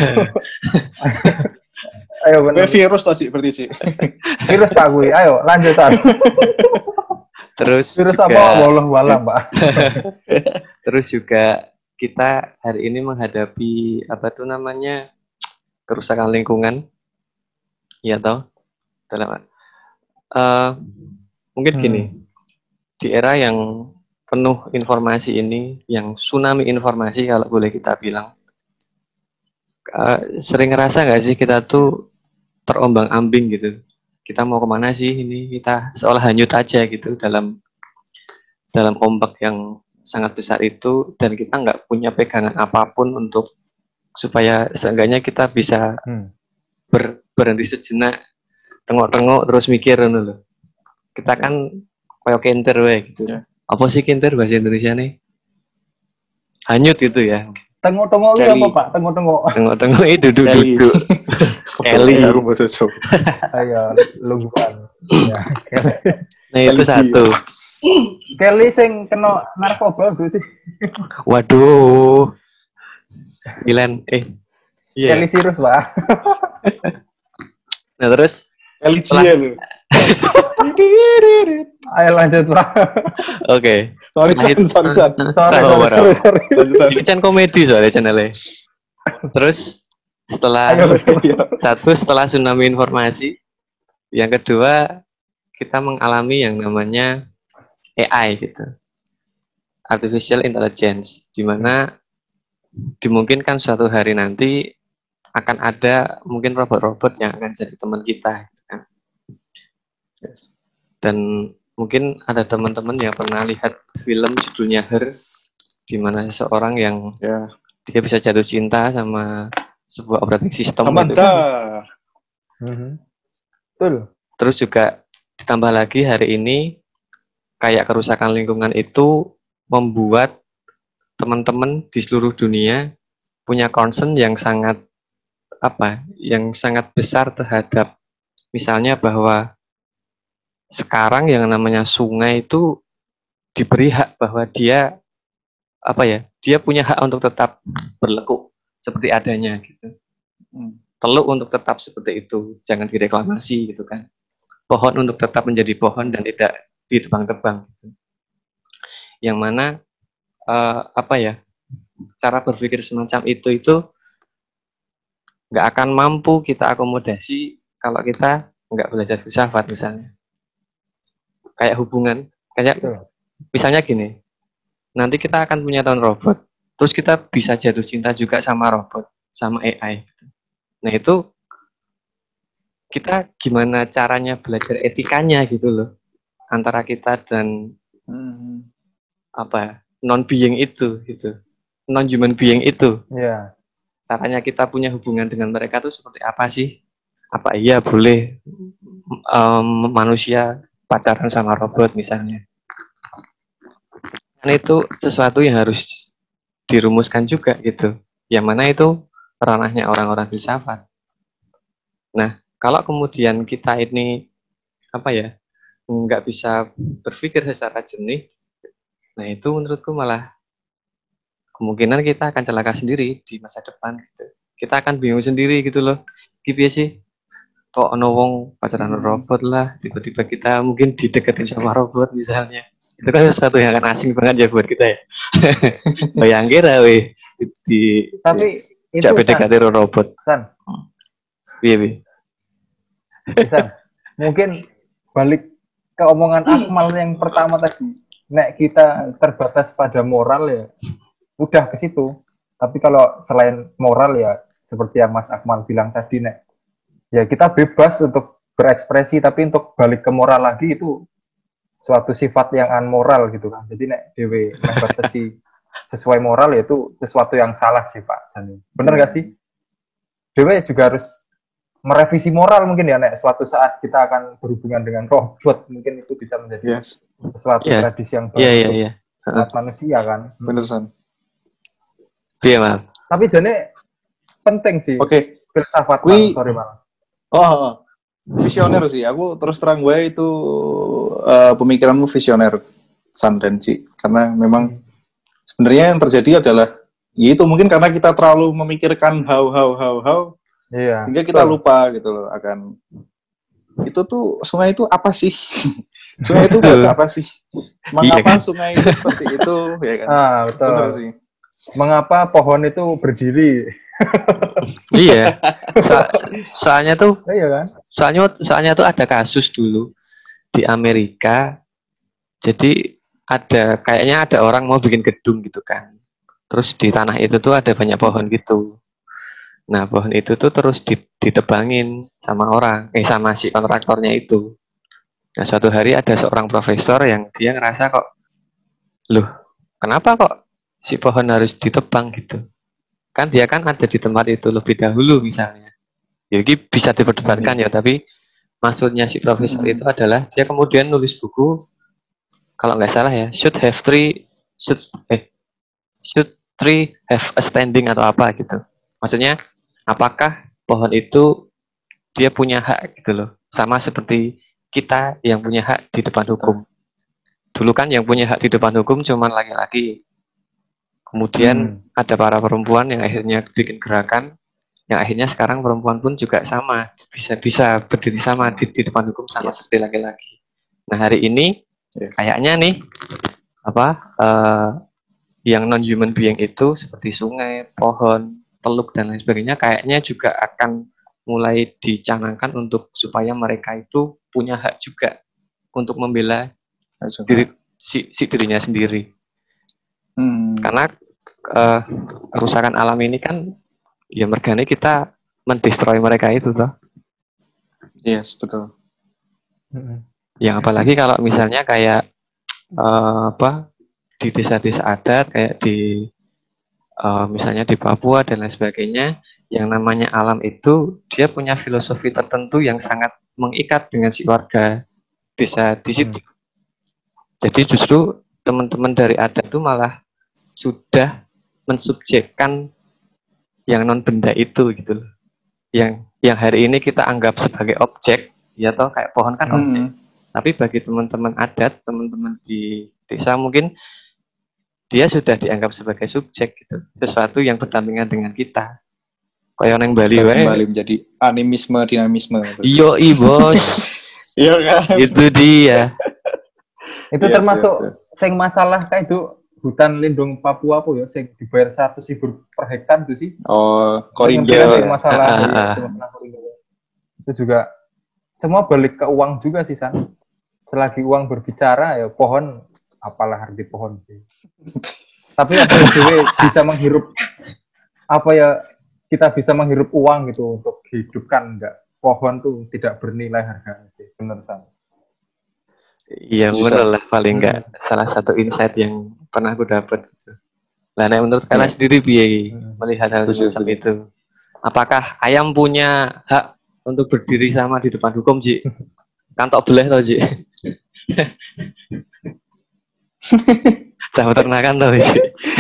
Ayo benar. Virus tadi berarti sih. Virus Pak gue. Ayo lanjutan. Terus virus juga, apa walau walam Pak. Terus juga kita hari ini menghadapi apa tuh namanya kerusakan lingkungan, ya toh dalam uh, Mungkin Hmm. gini, di era yang penuh informasi ini, yang tsunami informasi kalau boleh kita bilang, eh, sering ngerasa nggak sih kita tuh terombang-ambing gitu. Kita mau kemana sih ini? Kita seolah hanyut aja gitu dalam dalam ombak yang sangat besar itu, dan kita nggak punya pegangan apapun untuk supaya seenggaknya kita bisa Hmm. ber- berhenti sejenak, tengok-tengok terus mikir ngono lho. Kita kan koyo kintir wae gitu. Ya. Apa sih kintir bahasa Indonesia nih? Hanyut gitu ya. Tengok-tengok itu Kelly. apa Pak? Tengok-tengok. Tengok-tengok itu Kelly. duduk-duduk. Kelly. Aku bahasa Jawa. Ayo, lungguan. Ya, Kelly. Nah itu Kelly sih. satu. Kelly sing kena narkoba dulu sih. Waduh. Milan, eh. Iya. Kelly Sirus, Pak. Nah terus Kelly Setelah- Cia lu. Ayo lanjut, Pak. oke. Sorry, Nah, San, sorry, San. Sorry, Oh, sorry, marah. sorry, sorry. Lanjut, San. Ini kan komedi soalnya channelnya. Terus setelah Ayo, Iya. satu setelah tsunami informasi, yang kedua kita mengalami yang namanya A I gitu, artificial intelligence, di mana dimungkinkan suatu hari nanti akan ada mungkin robot-robot yang akan jadi teman kita gitu kan. Yes. Dan mungkin ada teman-teman yang pernah lihat film judulnya Her, di mana seseorang yang Ya. dia bisa jatuh cinta sama sebuah operating system gitu kan. Mantap. Mhm. Betul. Terus juga ditambah lagi hari ini kayak kerusakan lingkungan itu membuat teman-teman di seluruh dunia punya concern yang sangat apa? Yang sangat besar terhadap misalnya bahwa sekarang yang namanya sungai itu diberi hak bahwa dia apa ya? Dia punya hak untuk tetap berlekuk seperti adanya gitu. Hmm. Teluk untuk tetap seperti itu, jangan direklamasi gitu kan. Pohon untuk tetap menjadi pohon dan tidak ditebang-tebang gitu. Yang mana eh, apa ya, cara berpikir semacam itu itu nggak akan mampu kita akomodasi kalau kita nggak belajar filsafat misalnya. Kayak hubungan, kayak Betul. misalnya gini, nanti kita akan punya tahun robot, terus kita bisa jatuh cinta juga sama robot, sama A I gitu. Nah itu kita gimana caranya belajar etikanya gitu loh, antara kita dan Hmm. apa non being itu gitu, non human being itu, Iya. caranya kita punya hubungan dengan mereka tuh seperti apa sih? Apa iya boleh em, manusia pacaran sama robot misalnya? Karena itu sesuatu yang harus dirumuskan juga gitu, yang mana itu ranahnya orang-orang filsafat. Nah kalau kemudian kita ini apa ya nggak bisa berpikir secara jernih, nah itu menurutku malah kemungkinan kita akan celaka sendiri di masa depan gitu. Kita akan bingung sendiri gitu loh. Gimana sih? Kok ono wong pacaran Hmm. robot lah, tiba-tiba kita mungkin dideketin sama robot misalnya. Itu kan sesuatu yang akan asing banget ya buat kita ya. Bayangin lah weh di Tapi itu jak San, P D K T robot. San, Iya, Bi. San. Mungkin balik ke omongan Akmal yang pertama tadi. Nek kita terbatas pada moral ya, udah ke situ. Tapi kalau selain moral ya, seperti yang Mas Akmal bilang tadi, Nek, ya kita bebas untuk berekspresi, tapi untuk balik ke moral lagi itu suatu sifat yang unmoral gitu kan. Jadi nek dewe membatasi sesuai moral ya itu sesuatu yang salah sih Pak Jani. Bener gak sih? Dewe juga harus merevisi moral mungkin ya nek suatu saat kita akan berhubungan dengan robot, mungkin itu bisa menjadi Yes. sesuatu Iya. tradisi yang baru Iya, iya, untuk iya. umat manusia kan. Bener, San. Iya, Mal. Tapi Jane penting sih Oke. filsafat Kui- Mal. Sorry Mal. Oh, oh. Visioner sih. Aku terus terang gue itu eh, pemikiranmu visioner, San dan Ci. Karena memang sebenarnya yang terjadi adalah ya itu mungkin karena kita terlalu memikirkan how how how how Iya. sehingga kita betul. lupa gitu loh akan itu tuh sungai itu apa sih? Sungai itu buat apa sih? Iya Mengapa kan? sungai itu seperti itu ya kan? Ah, betul. Bener sih. Mengapa pohon itu berdiri? Iya. So- soalnya tuh Iya kan? soalnya soalnya tuh ada kasus dulu di Amerika. Jadi ada kayaknya ada orang mau bikin gedung gitu kan. Terus di tanah itu tuh ada banyak pohon gitu. Nah, pohon itu tuh terus ditebangin sama orang, eh sama si kontraktornya itu. Nah, suatu hari ada seorang profesor yang dia ngerasa kok, loh, kenapa kok si pohon harus ditebang gitu? Kan dia kan ada di tempat itu lebih dahulu misalnya. Ya, ini bisa diperdebatkan ya, tapi maksudnya si profesor Hmm. itu adalah dia kemudian nulis buku, kalau nggak salah ya, should have three, should, eh, should tree have a standing atau apa gitu. Maksudnya, apakah pohon itu dia punya hak gitu loh, sama seperti kita yang punya hak di depan hukum. Dulu kan yang punya hak di depan hukum cuma laki-laki. Kemudian Hmm. ada para perempuan yang akhirnya bikin gerakan, yang akhirnya sekarang perempuan pun juga sama, bisa bisa berdiri sama di, di depan hukum sama Yes. seperti laki-laki. Nah, hari ini Yes. kayaknya nih apa uh, yang non human being itu seperti sungai, pohon, teluk dan lain sebagainya kayaknya juga akan mulai dicanangkan untuk supaya mereka itu punya hak juga untuk membela diri si, si dirinya sendiri. Hmm. Karena uh, kerusakan alam ini kan ya mergane kita mendestroy mereka itu toh. Yes, betul. Hmm. Yang apalagi kalau misalnya kayak uh, apa di desa-desa adat kayak di uh, misalnya di Papua dan lain sebagainya, yang namanya alam itu dia punya filosofi tertentu yang sangat mengikat dengan si warga desa di situ. Hmm. Jadi justru teman-teman dari adat itu malah sudah mensubjekkan yang non benda itu gitu loh. Yang yang hari ini kita anggap sebagai objek, ya toh kayak pohon kan objek. Hmm. Tapi bagi teman-teman adat, teman-teman di desa mungkin dia sudah dianggap sebagai subjek gitu, sesuatu yang berdampingan dengan kita. Kayak neng Bali wae kembali menjadi animisme dinamisme. Iyo i bos. Iya kan? Itu dia. Itu yes, termasuk yes, yes. Sing masalah kayak itu hutan lindung Papua apa ya, sing dibayar seratus ribu per hektar itu sih. Oh, Korindo. Sing masalah, ah, ya, ah. masalah itu juga semua balik ke uang juga sih, San. Selagi uang berbicara ya pohon apalah arti pohon sih. Tapi apa ya bisa menghirup apa ya kita bisa menghirup uang gitu untuk hidupkan, enggak, pohon tuh tidak bernilai harga sih, benar San. Iya benar lah, paling enggak hmm. salah satu insight yang pernah aku dapat gitu. Lah nek menurut kalian yeah. sendiri piye hmm. melihat hal semacam itu? Apakah ayam punya hak untuk berdiri sama di depan hukum, Ji? Kan tok beleh to, Ji. Sama ternakan to, Ji.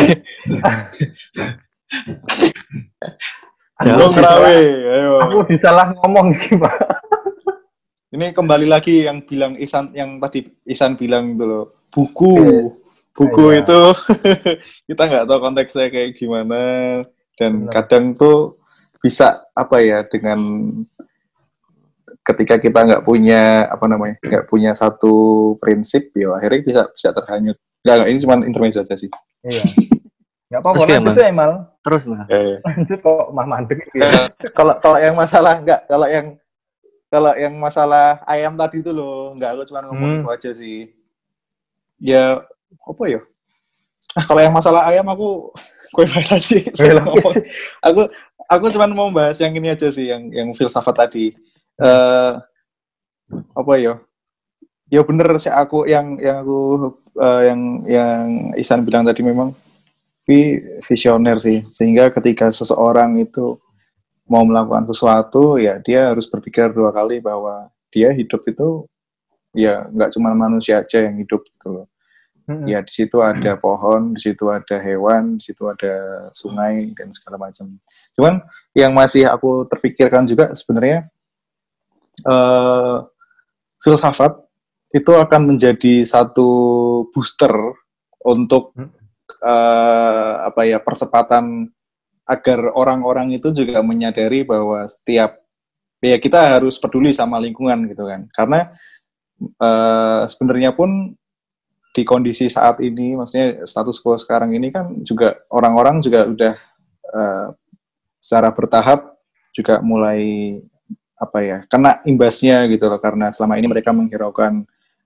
Jauh rawe, ayo. Aku disalah ngomong gimana? Ini kembali lagi yang bilang Ihsan, yang tadi Ihsan bilang itu loh, buku, buku iya. itu kita nggak tahu konteksnya kayak gimana, dan benar. Kadang tuh bisa apa ya, dengan ketika kita nggak punya apa namanya, nggak punya satu prinsip, ya akhirnya bisa bisa terhanyut. Nggak, nggak, ini cuma intermezzo aja sih. Iya. Nggak apa-apa, lanjut ya Emal. Terus mah. Eh. Lanjut kok mah mandek. Kalau kalau yang masalah nggak, kalau yang Kalau yang masalah ayam tadi itu loh, nggak, aku cuma ngomong hmm. itu aja sih. Ya, apa ya? Ah, kalau yang masalah ayam aku, gue balik sih. aku, aku cuma mau bahas yang ini aja sih, yang yang filsafat tadi. Hmm. Uh, apa ya? Ya bener sih aku yang yang aku uh, yang yang Ihsan bilang tadi memang visioner sih, sehingga ketika seseorang itu mau melakukan sesuatu, ya dia harus berpikir dua kali bahwa dia hidup itu ya nggak cuma manusia aja yang hidup gitu loh. Hmm. Ya di situ ada pohon, di situ ada hewan, di situ ada sungai dan segala macam. Cuman yang masih aku terpikirkan juga sebenarnya uh, filsafat itu akan menjadi satu booster untuk uh, apa ya percepatan agar orang-orang itu juga menyadari bahwa setiap ya kita harus peduli sama lingkungan gitu kan, karena uh, sebenarnya pun di kondisi saat ini, maksudnya status quo sekarang ini kan juga orang-orang juga udah uh, secara bertahap juga mulai apa ya kena imbasnya gitu loh, karena selama ini mereka menghiraukan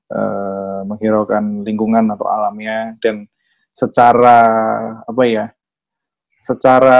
uh, menghiraukan lingkungan atau alamnya, dan secara apa ya, secara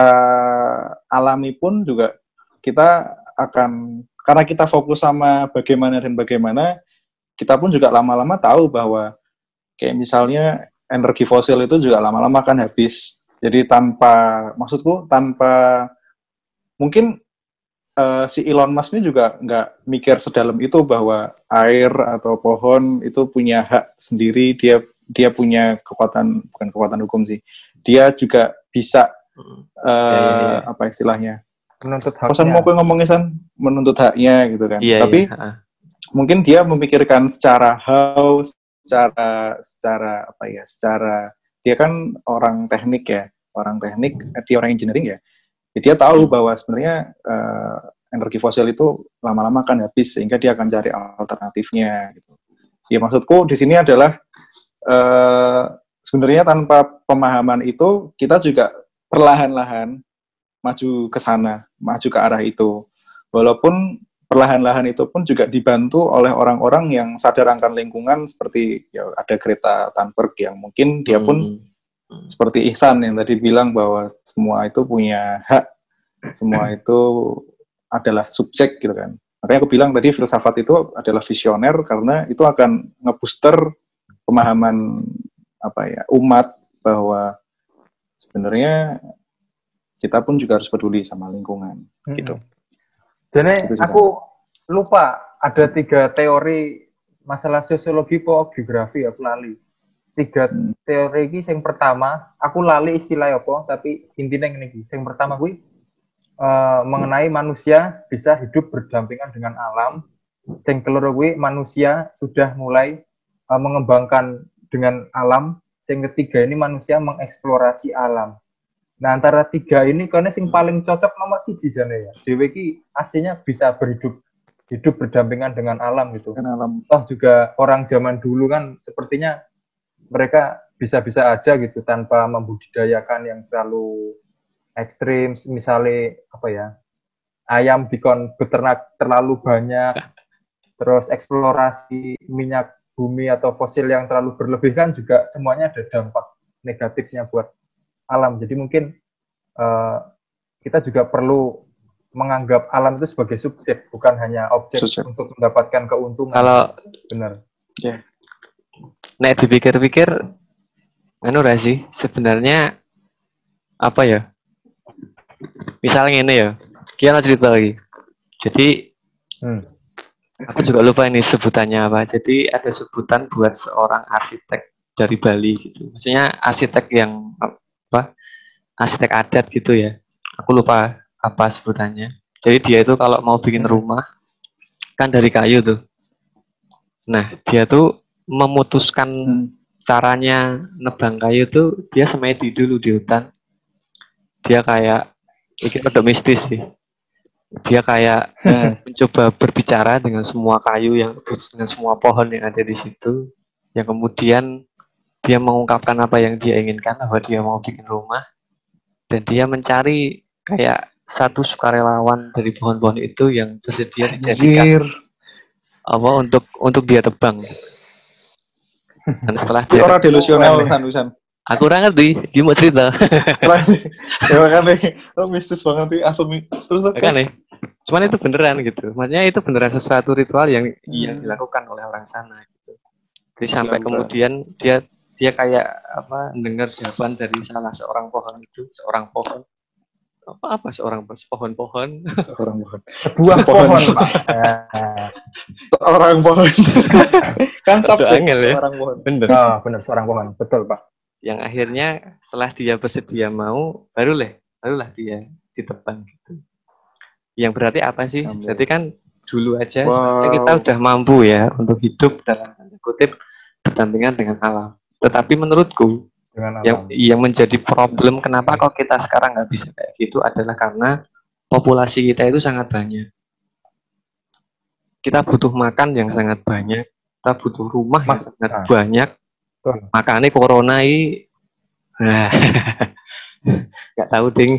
alami pun juga kita akan, karena kita fokus sama bagaimana dan bagaimana, kita pun juga lama-lama tahu bahwa kayak misalnya energi fosil itu juga lama-lama akan habis. Jadi tanpa, maksudku tanpa, mungkin uh, si Elon Musk ini juga nggak mikir sedalam itu bahwa air atau pohon itu punya hak sendiri, dia dia punya kekuatan, bukan kekuatan hukum sih, dia juga bisa uh, ya, ya, ya. apa istilahnya, menuntut haknya. Pesan mau gue ngomongin San, menuntut haknya gitu kan. Ya, Tapi ya. mungkin dia memikirkan secara how, secara secara apa ya, secara dia kan orang teknik ya, orang teknik, dia orang engineering ya. Jadi dia tahu bahwa sebenarnya uh, energi fosil itu lama-lama akan habis, sehingga dia akan cari alternatifnya. Gitu. Ya maksudku di sini adalah uh, sebenarnya tanpa pemahaman itu kita juga perlahan-lahan maju ke sana, maju ke arah itu. Walaupun perlahan-lahan itu pun juga dibantu oleh orang-orang yang sadar akan lingkungan, seperti ya ada Greta Thunberg yang mungkin dia pun hmm. seperti Ihsan yang tadi bilang bahwa semua itu punya hak, semua itu adalah subjek gitu kan. Makanya aku bilang tadi filsafat itu adalah visioner karena itu akan ngebooster pemahaman apa ya, umat bahwa sebenarnya kita pun juga harus peduli sama lingkungan hmm. gitu. Jadi aku lupa ada tiga teori masalah sosiologi po geografi, aku lali. Tiga hmm. teori ini, yang pertama aku lali istilah apa, tapi intinya ini. Yang pertama gue uh, mengenai manusia bisa hidup berdampingan dengan alam. Yang keloro gue manusia sudah mulai uh, mengembangkan dengan alam. Yang ketiga ini manusia mengeksplorasi alam. Nah antara tiga ini karena yang paling cocok nomor siji jane ya. Dewe ki aslinya bisa berhidup hidup berdampingan dengan alam gitu. Dengan alam. Toh juga orang zaman dulu kan sepertinya mereka bisa-bisa aja gitu tanpa membudidayakan yang terlalu ekstrim, misalnya apa ya, ayam dikon beternak terlalu banyak, terus eksplorasi minyak bumi atau fosil yang terlalu berlebihan juga semuanya ada dampak negatifnya buat alam. Jadi mungkin uh, kita juga perlu menganggap alam itu sebagai subjek, bukan hanya objek subjek untuk mendapatkan keuntungan. Kalau benar. Ya. Nek dipikir-pikir, anu ra sih sebenarnya apa ya? Misalnya ini ya, kita cerita lagi. Jadi, hmm. aku juga lupa ini sebutannya apa. Jadi ada sebutan buat seorang arsitek dari Bali gitu. Maksudnya arsitek yang apa? Arsitek adat gitu ya. Aku lupa apa sebutannya. Jadi dia itu kalau mau bikin rumah kan dari kayu tuh. Nah, dia tuh memutuskan caranya nebang kayu tuh dia semedi dulu di hutan. Dia kayak ini agak mistis sih. Dia kayak mencoba berbicara dengan semua kayu yang dengan semua pohon yang ada di situ. Yang kemudian dia mengungkapkan apa yang dia inginkan, bahwa dia mau bikin rumah. Dan dia mencari kayak satu sukarelawan dari pohon-pohon itu yang bersedia dijadikan apa untuk untuk dia tebang. Dan setelah dia orang delusional san-san. Aku ora ngerti, dia mau cerita. Ya makanya lo mistis banget sih asum terus kan nih. Cuman itu beneran gitu. Maksudnya itu beneran sesuatu ritual yang hmm. yang dilakukan oleh orang sana gitu. Jadi sampai Benar. kemudian dia dia kayak apa mendengar jawaban dari salah seorang pohon itu, seorang pohon. Apa apa seorang pohon-pohon? Seorang pohon. Sebuah pohon, Pak. Seorang pohon. Kan subjek ya? seorang pohon. Benar. Oh, benar seorang pohon. Betul, Pak. Yang akhirnya setelah dia bersedia mau, barulah barulah dia ditebang gitu. Yang berarti apa sih? Ambil. Berarti kan dulu aja wow. kita udah mampu ya untuk hidup dalam tanda kutip berdampingan dengan alam. Tetapi menurutku yang yang menjadi problem kenapa kok kita sekarang nggak bisa kayak gitu adalah karena populasi kita itu sangat banyak. Kita butuh makan yang sangat banyak, kita butuh rumah yang sangat nah. banyak. Makanya corona ini nah, nggak tahu ding.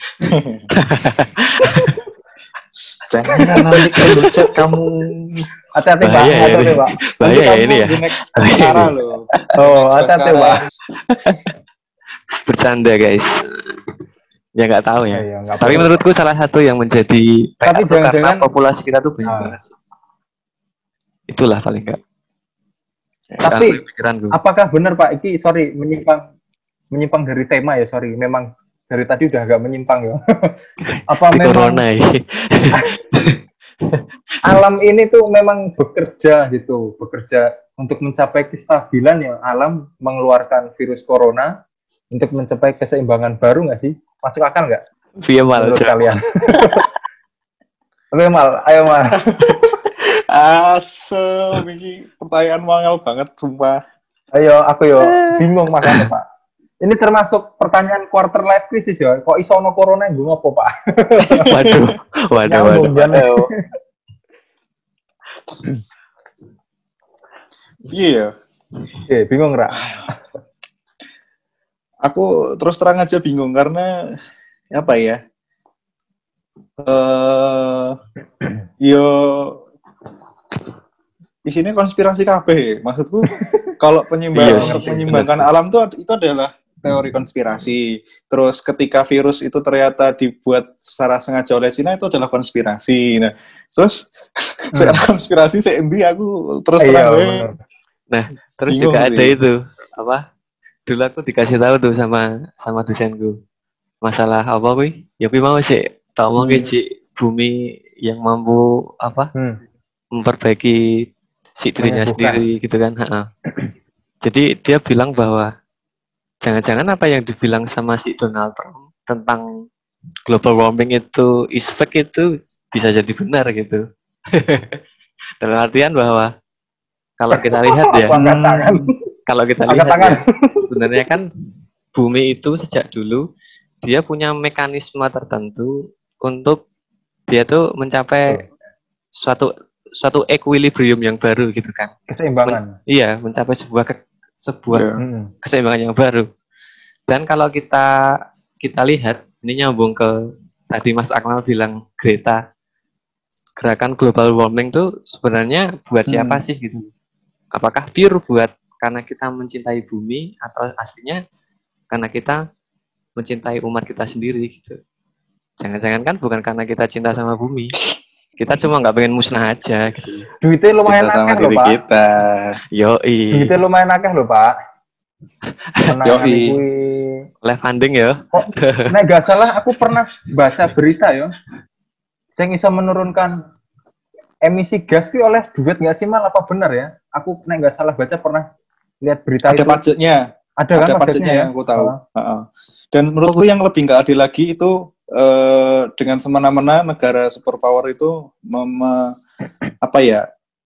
Jangan nanti kalau chat kamu Hati-hati Pak, Bahaya ya hati-hati ini. Pak. Bahaya ya ini ya. Di next Baskara loh. Oh, Next hati-hati Baskara. Pak. Bercanda guys. Ya nggak tahu ya. Iya, nggak Tapi perlu. menurutku salah satu yang menjadi P R Tapi tuh karena jangan-jangan- populasi kita tuh banyak Ah. banget sih. Itulah paling enggak. Tapi, pikiranku. Apakah benar Pak? Iki sorry menyimpang menyimpang dari tema ya, sorry. Memang dari tadi udah agak menyimpang ya. Apa Di memang corona ya. alam ini tuh memang bekerja gitu, bekerja untuk mencapai kestabilan ya. Alam mengeluarkan virus corona untuk mencapai keseimbangan baru nggak sih? Masuk akal nggak Via mal. menurut kalian? Oke Mal, ayo Mal. Asem, ini pertanyaan wangel banget, sumpah. Ayo, aku yo bingung makanya Pak. Ini termasuk pertanyaan quarter life crisis ya. Kok iso ono corona gue ngopo Pak? Waduh, waduh, Nyambung, waduh. Jan. Iya, Oke, bingung Ra. aku terus terang aja bingung karena apa ya? Eh, yo, di sini konspirasi kabeh. Maksudku, kalau penyimbang Iya sih, untuk menyimbangkan alam tuh itu adalah teori konspirasi. Terus ketika virus itu ternyata dibuat secara sengaja oleh Cina itu adalah konspirasi. Nah, terus saya konspirasi saya endi aku terus Iya, terang we. bener. Nah, terus Bingung juga sih. ada itu apa? Dulu aku dikasih tahu tuh sama sama dosenku. Masalah apa kuy? Ya kuwi mau sih tak omong Hmm. Ci, bumi yang mampu apa? Hmm. Memperbaiki si dirinya Menyembuhkan. sendiri gitu kan. Ha-ha. Jadi dia bilang bahwa jangan-jangan apa yang dibilang sama si Donald Trump tentang global warming itu is fake itu bisa jadi benar gitu. Dalam artian bahwa kalau kita lihat ya, Aku angkat tangan. kalau kita Angkat lihat tangan. ya, sebenarnya kan bumi itu sejak dulu dia punya mekanisme tertentu untuk dia tuh mencapai suatu suatu equilibrium yang baru gitu kan. Keseimbangan. Iya, mencapai sebuah ke- sebuah Iya. Hmm. keseimbangan yang baru. Dan kalau kita kita lihat, ini nyambung ke tadi Mas Akmal bilang Greta, gerakan global warming tuh sebenarnya buat siapa Hmm. sih gitu? Apakah pure buat karena kita mencintai bumi atau aslinya karena kita mencintai umat kita sendiri gitu? Jangan-jangan kan bukan karena kita cinta sama bumi, kita cuma nggak pengen musnah aja gitu. Duitnya lumayan Kita sama akeh loh diri Pak. kita. Yoi, Duitnya lumayan akeh loh Pak. Menangani Yoi. kui. live funding ya. Kok nek gak salah aku pernah baca berita ya. Sing iso menurunkan emisi gas ki oleh duit nggak sih Mal, apa benar ya? Aku nek nggak salah baca pernah lihat berita Ada itu. pajaknya. Ada kan Ada pajaknya pajaknya ya? yang aku tahu. Oh. Heeh. Dan menurutku yang lebih nggak adil lagi itu eh, dengan semena-mena negara superpower itu mem- apa ya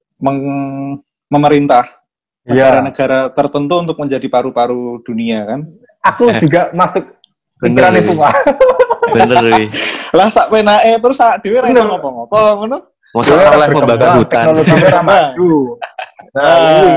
meng- memerintah Iya. negara-negara tertentu untuk menjadi paru-paru dunia kan. Aku juga masuk Bener, pikiran itu Pak. bener wih. Lah sak penake terus sak dhewe ra iso Bener. ngopo-ngopo ngono. Masa Dia oleh berkembang, membakar hutan. Teknologi merah maju. Nah, ini.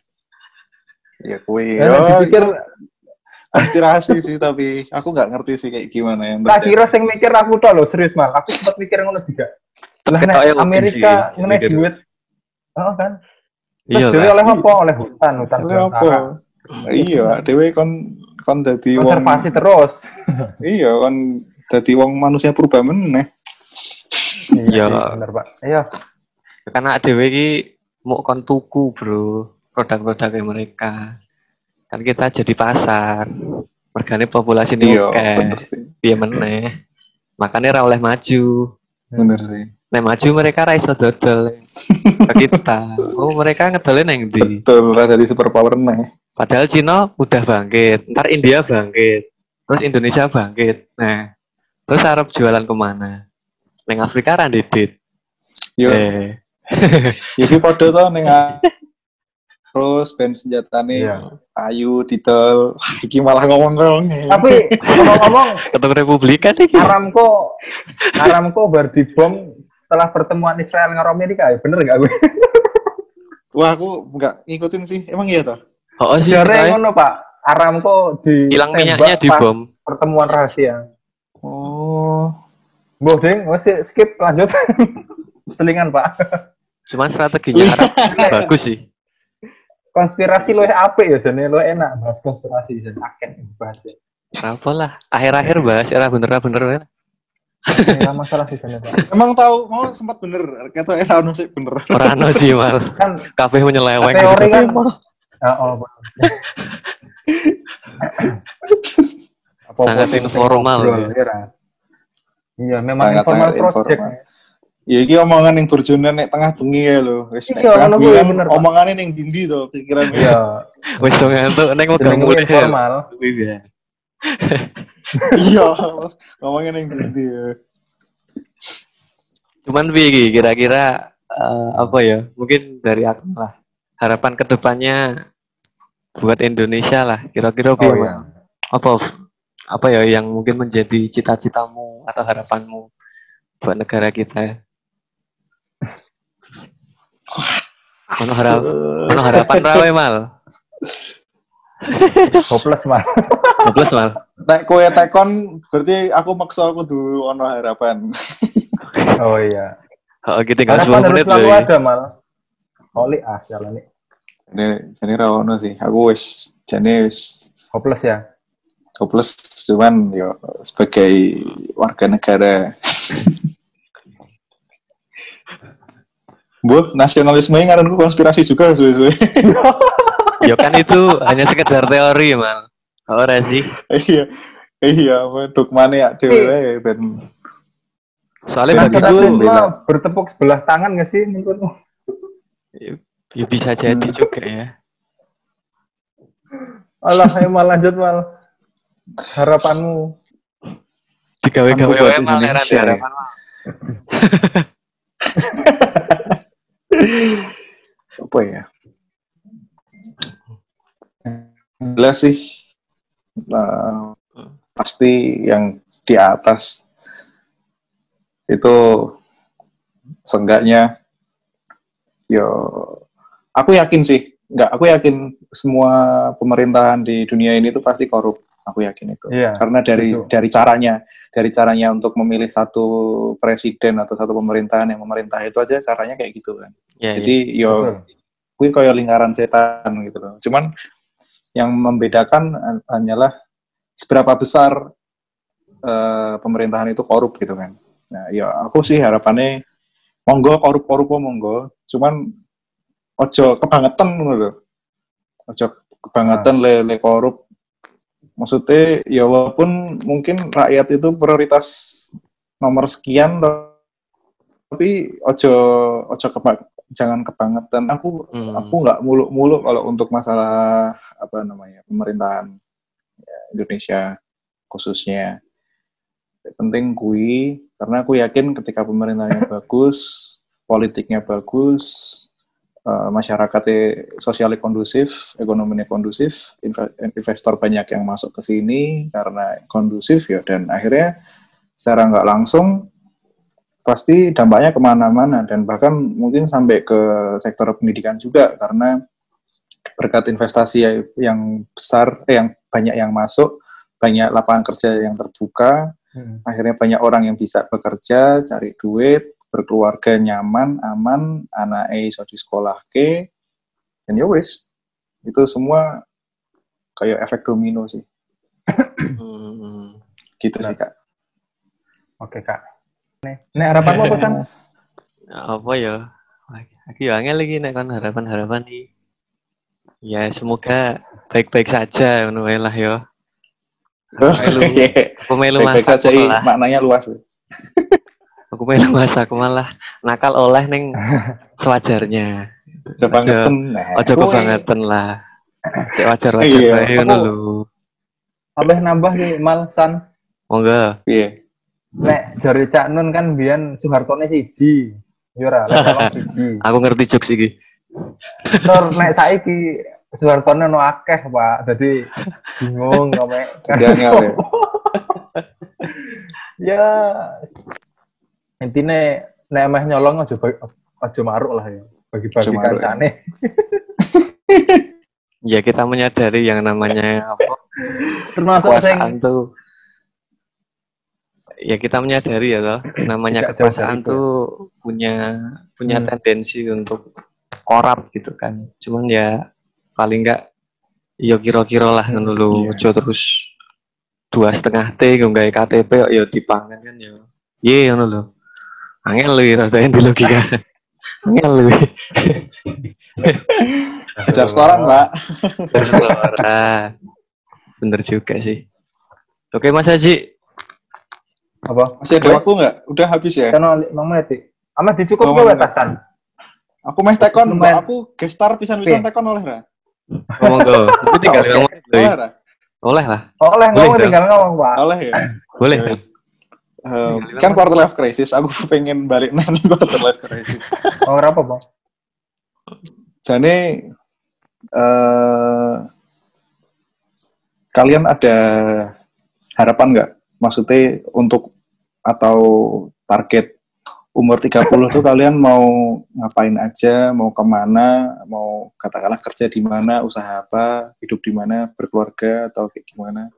Ya kuwi. Ya, Yo, dipikir itu konspirasi sih tapi aku nggak ngerti sih kayak gimana yang tak terjadi. kira sing mikir aku tok loh, serius Mal. Aku sempat mikir ngono juga. Lah nek Ketoknya logis Amerika sih, ngenek mikir. duit. Oh kan. Terus Iya dhewe lah. oleh apa? Oleh hutan, hutan Oleh apa? belantara. Iya, dhewe kon kon dadi wong Konservasi terus. iya kon dadi wong manusia purba meneh. Iya. sih, bener Pak. Iya. Karena dhewe iki mau kon tuku, Bro, produk-produknya mereka. Kan kita jadi pasar. Mergane populasi ini Iya, oke. bener sih. Piye meneh. Makanya ra oleh maju. Bener sih. Nek maju mereka ra iso dodol ke kita. Oh, mereka ngedolnya nang ndi? Betul, lah dari superpower meneh. Padahal Cina udah bangkit, ntar India bangkit, terus Indonesia bangkit. Nah, terus Arab jualan kemana? Neng Afrika ra ndedit. Yo, Eh, yo ki padha to ning a- terus ben senjatane Iya. ayu didol. Wah, iki malah ngomong-ngomong. Tapi ngomong-ngomong ketemu Republikan iki. Aramco Aramco baru dibom setelah pertemuan Israel dengan Amerika ya, bener gak gue? Wah, aku nggak ngikutin sih. Emang iya toh? Oh sih, Jare katanya. ngono Pak, Aramco di Hilang tembak minyaknya pas dibom. pertemuan rahasia. Oh, Boh ding, masih skip lanjut. Selingan Pak. Cuman strateginya Arab bagus sih. Konspirasi luwih apik ya jane luwih enak bahas konspirasi jane akeh bahas. Apa lah, akhir-akhir bahas era bener-bener kan. Ora masalah sih jane, Pak. Emang tahu mau sempat bener kata era ono sih bener. Ora ono sih mal. Kan Kabeh menyeleweng teori gitu. kan. Heeh, bener. Apa-apa Sangat sing informal, ngobrol, ya. ya, Ra. Iya, memang Sangat- informal sangat project. informal. Ya iki omongan yang berjuna nek tengah bengi ya lho. Wis nek Iya, tengah ngono bengi kuwi kan bener, Pak. omongane ning dindi to pikiran. Iya, Wis dong ngantuk nek mau jenenge mulai informal. Iya. Iya, ngomongin yang dindi ya. Cuman piye iki kira-kira eh, apa ya? Mungkin dari aku lah. Harapan kedepannya buat Indonesia lah. Kira-kira piye, Oh Mal? iya. Apa apa ya yang mungkin menjadi cita-citamu atau harapanmu buat negara kita? Ono harap, ono harapan rawe Mal. Hopeless, Mas. Plus Mal. Nek kowe tekon berarti aku maksa aku dulu ono harapan. Oh iya. Oh, gitu tinggal Harapan sepuluh harus menit selalu loh. ada, Mal. Oli ah, jalan nih. Jadi jadi ra ono sih. Aku wis jane wis Hopeless ya. hopeless cuman yo sebagai warga negara. Bu, nasionalisme ini ngaranku konspirasi juga suwe-suwe. Ya kan itu hanya sekedar teori, Mal. Ora sih. Iya. Iya, apa dogmane ya dhewe ben Soalnya Bisa begitu bela. Nasionalisme bertepuk sebelah tangan nggak sih? Menurutmu? ya bisa jadi Hmm. juga ya. Allah, ayo Mal lanjut Mal. Harapanmu. Digawe-gawe Mampu buat wae Mal heran Indonesia, ya. harapan Mal. apa ya? Jelas sih uh, pasti yang di atas itu seenggaknya yo aku yakin sih enggak aku yakin semua pemerintahan di dunia ini tuh pasti korup, aku yakin itu. Iya, Karena dari betul. dari caranya dari caranya untuk memilih satu presiden atau satu pemerintahan yang memerintah itu aja caranya kayak gitu kan. Ya, Jadi ya. yo Betul. kuwi koyo lingkaran setan gitu loh. Cuman yang membedakan hanyalah seberapa besar uh, pemerintahan itu korup gitu kan. Nah, ya aku sih harapannya monggo korup-korup monggo, cuman ojo kebangetan ngono lho. Ojo kebangetan Ah. le, le korup. Maksudnya ya walaupun mungkin rakyat itu prioritas nomor sekian tapi ojo ojo keba, jangan kebangetan. Aku Hmm. aku nggak muluk-muluk kalau untuk masalah apa namanya pemerintahan ya, Indonesia khususnya. Yang penting kui karena aku yakin ketika pemerintahnya bagus, politiknya bagus, uh, masyarakatnya sosialnya kondusif, ekonominya kondusif, investor banyak yang masuk ke sini karena kondusif ya, dan akhirnya secara nggak langsung pasti dampaknya kemana-mana dan bahkan mungkin sampai ke sektor pendidikan juga karena berkat investasi yang besar, eh, yang banyak yang masuk, banyak lapangan kerja yang terbuka, hmm. akhirnya banyak orang yang bisa bekerja, cari duit, berkeluarga nyaman, aman, anaknya iso di sekolah ke, dan ya wis, itu semua kayak efek domino sih. Hmm. Gitu Nah. sih Kak. Oke Kak. Nih, nih harapanmu apa San? Apa ya? Aku ya angel lagi nek kon harapan-harapan nih. Ya semoga baik-baik saja ngono wae lah ya. Melu, aku melu Baik-baik masak aja, malah. maknanya luas. Aku melu masak aku malah nakal oleh ning sewajarnya. Kebangetan. Nah, Ojo kebangetan lah. Cek wajar-wajar Iya. wae ngono Aku- lho. Abeh nambah nih Mal San. Monggo. Iya. Nek jari Cak Nun kan biyen Soehartone siji. Yo ora, lek kolong siji. Aku ngerti jokes iki. Terus nek saiki Soehartone no akeh, Pak. Dadi bingung ngome. Jangan ya. Ya intine nek emeh nyolong aja ba- aja maruk lah ya. Bagi-bagi Aja maruk, ya. kancane. Ya kita menyadari yang namanya apa? Termasuk sing Kekuasaan tuh. ya kita menyadari ya toh, namanya Tidak jauh kekuasaan dari itu. tuh punya punya Hmm. tendensi untuk korup gitu kan. Cuman ya paling enggak yo kira-kira lah ngono lho, Iya. aja terus dua setengah T nggawe K T P kok ya dipangan kan ya. Ye ngono lho. Angel lho rada di logika. Angel lho. Ajar setoran, Pak. Restoran. Bener juga sih. Oke Mas Haji, Apa? Masih ada Wes, waktu nggak? Udah habis ya? kan lima menit. Dik. Amat dicukup Oh, kowe menit. tasan. Aku meh tekon, Lumayan. Mbak. Aku gestar pisan-pisan Oke. tekon oleh ra? ngomong go. Tapi tinggal Oke. ngomong doi. Oleh ra? Oleh lah. Oleh Boleh, ngomong dong. tinggal ngomong, Pak. Oleh ya? Boleh Oke. kan? Eh, kan quarter life crisis, aku pengen balik nang quarter life crisis. Oh, apa, Bang? Jane eh kalian ada harapan nggak? Maksudnya untuk atau target umur tiga puluh tuh kalian mau ngapain aja, mau kemana, mau katakanlah kerja di mana, usaha apa, hidup di mana, berkeluarga atau kayak gimana?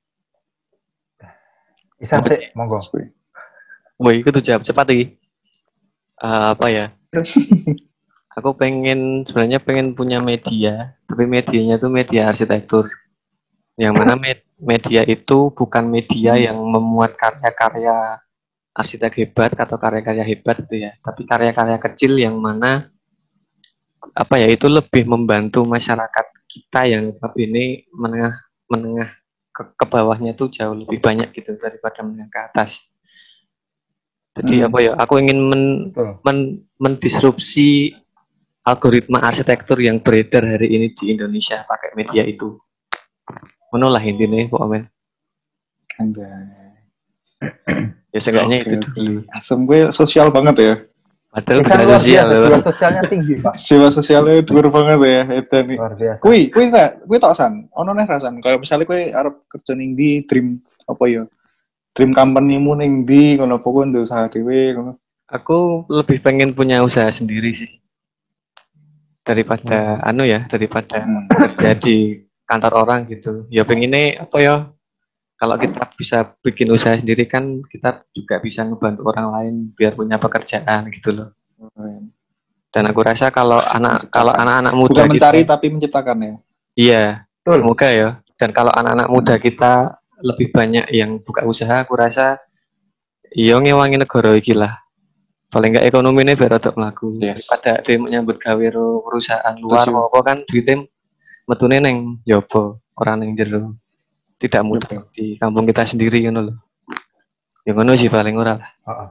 Isan sih, monggo. Woi, itu tuh jawab cepat lagi. Eh, apa ya? Aku pengen sebenarnya pengen punya media, tapi medianya tuh media arsitektur. Yang mana med- media itu bukan media yang memuat karya-karya arsitek hebat atau karya-karya hebat itu ya, tapi karya-karya kecil yang mana apa ya itu lebih membantu masyarakat kita yang ini menengah menengah ke, ke bawahnya tuh jauh lebih banyak gitu daripada menengah ke atas. Jadi Hmm. apa ya? Aku ingin men, Betul. men, mendisrupsi algoritma arsitektur yang beredar hari ini di Indonesia pakai media itu. Menolak intinya pokoknya. Anjay. Ya seenggaknya Oke, itu oke. dulu. Asem gue sosial banget ya. Padahal Isan tidak luar sosial biasa, loh. jiwa sosialnya tinggi, Pak. Jiwa sosialnya dhuwur banget ya, itu nih. Luar biasa. Kui, kui tak, kui tak san. Ono neh rasan. Kayak misalnya kui arep kerja ning ndi, dream apa ya? Dream company-mu ning ndi, ngono apa kuwi ndek usaha dhewe ngono. Aku lebih pengen punya usaha sendiri sih. Daripada anu ya, daripada Hmm. kerja di kantor orang gitu. Ya pengennya apa ya? Kalau kita bisa bikin usaha sendiri kan kita juga bisa ngebantu orang lain biar punya pekerjaan gitu loh. Dan aku rasa kalau anak Menciptakan. kalau anak-anak muda Bukan mencari kita, tapi menciptakan ya. iya, Betul. semoga ya. Dan kalau anak-anak muda kita lebih banyak yang buka usaha, aku rasa iya ngewangi negara iki lah. Paling enggak ekonominya biar tetap mlaku. Yes. Daripada dia menyambut gawe ro perusahaan luar Setuju. apa kan duitnya metune neng jopo, orang neng jero. Tidak mudah Betul. di kampung kita sendiri ngono lho. Ya ngono sih paling ora lah. Heeh.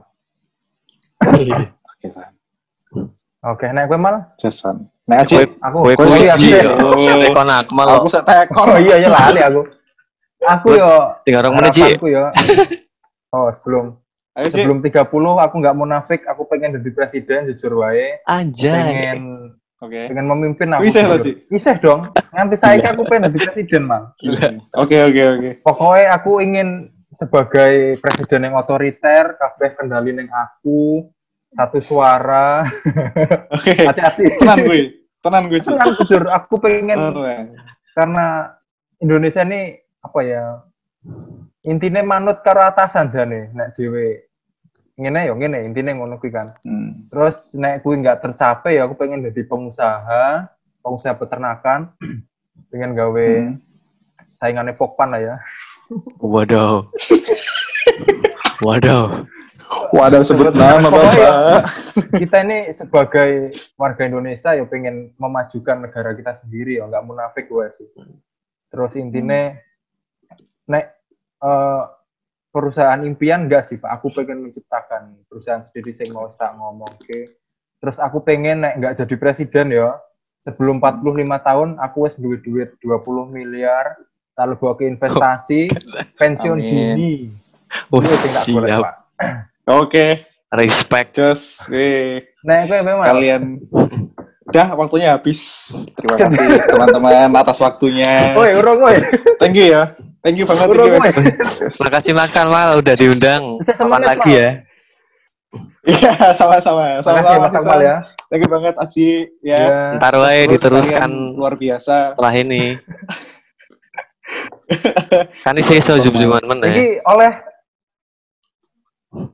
Oke, San. Oke, nek kowe mal, Jasan. Nek aja aku Kowe kowe kuwi aku sih. deh. Tekon aku malah aku sak tekon. Oh iya ya lali aku. Aku yo tinggal orang menit sih. harapanku yo. Oh, sebelum Ayo sih. sebelum tiga puluh aku nggak munafik, aku pengen jadi presiden jujur wae. Anjay. Pengen Oke. pengen memimpin aku. Bisa lah jujur. sih. Isih dong. Nganti saiki aku pengen jadi presiden, Mang. Oke, oke, oke. Pokoknya aku ingin sebagai presiden yang otoriter, kabeh kendali ning aku, satu suara. Oke. Hati-hati. Tenan gue. Tenan gue. Cik. Tenang jujur, aku pengen Tenan. karena Indonesia ini apa ya? Intinya manut karo atasan jane nek dhewe. Ngene yo ngene, intine ngono kuwi kan. Hmm. Terus nek kuwi nggak tercapai ya aku pengen jadi pengusaha, pengusaha peternakan. Pengen gawe Hmm. saingannya Pokpan lah ya. Waduh. Waduh. Waduh, sebut nama Pokoknya Bapak. kita ini sebagai warga Indonesia ya pengen memajukan negara kita sendiri ya, nggak munafik gue sih. Terus intinya nek eh, perusahaan impian enggak sih Pak, aku pengen menciptakan perusahaan sendiri sing mau tak ngomong ke. Terus aku pengen nek nggak jadi presiden ya, sebelum empat puluh lima tahun aku wis duit duit dua puluh miliar, lalu bawa ke investasi, pensiun Amin. dini. Oh, Itu sing tak boleh, siap. Pak. Oke, Respect. just eh, Nek kowe memang kalian udah waktunya habis. Terima kasih teman-teman atas waktunya. Woi, urung woi. Thank you ya. Thank you banget Urung ini, woi. Mas. Makasih makan Mal udah diundang. Bisa Kapan semangat, lagi Mal. ya? Iya, sama-sama. Makasih Sama-sama Mas Akmal ya. Thank you banget Aji ya. Ya. Ntar wae Terus diteruskan kalian luar biasa. setelah ini. Kan isi iso zoom-zooman meneh. Iki oleh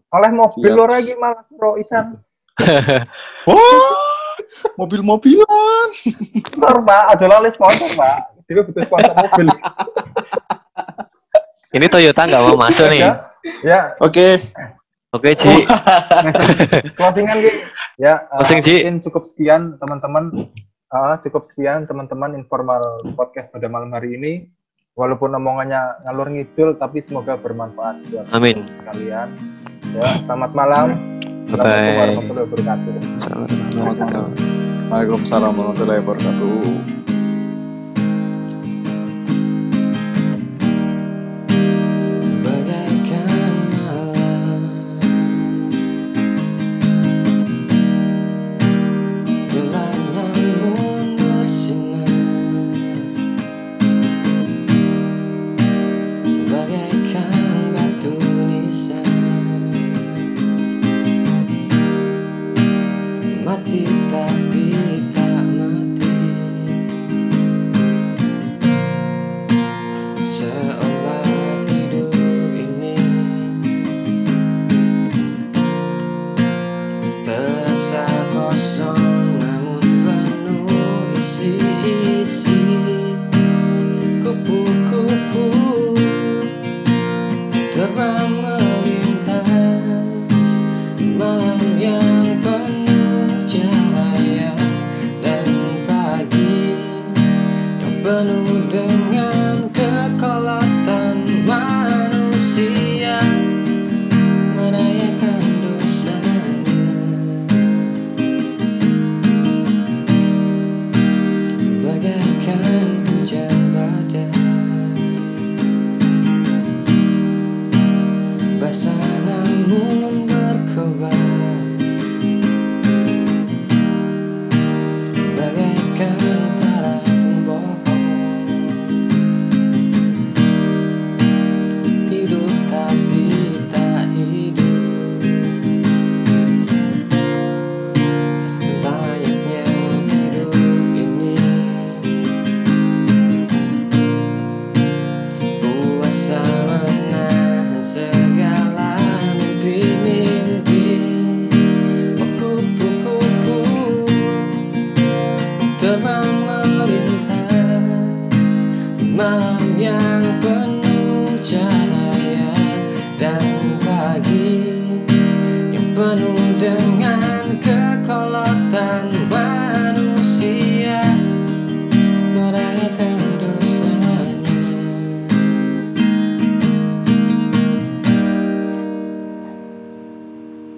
oleh mobil Siap. lo lagi malah pro isan. Wah, mobil-mobilan. Sponsor Pak, aja lali sponsor Pak. Dia butuh sponsor mobil. Ini Toyota nggak mau masuk nih. Ya, ya. Oke. Oke, Ji. Closingan Ki. Ya, uh, Closing, Ji. mungkin cukup sekian teman-teman. Uh, cukup sekian teman-teman informal podcast pada malam hari ini. Walaupun omongannya ngalur ngidul, tapi semoga bermanfaat buat Amin. sekalian. Ya, selamat malam. Assalamualaikum warahmatullahi wabarakatuh. Waalaikumsalam warahmatullahi wabarakatuh.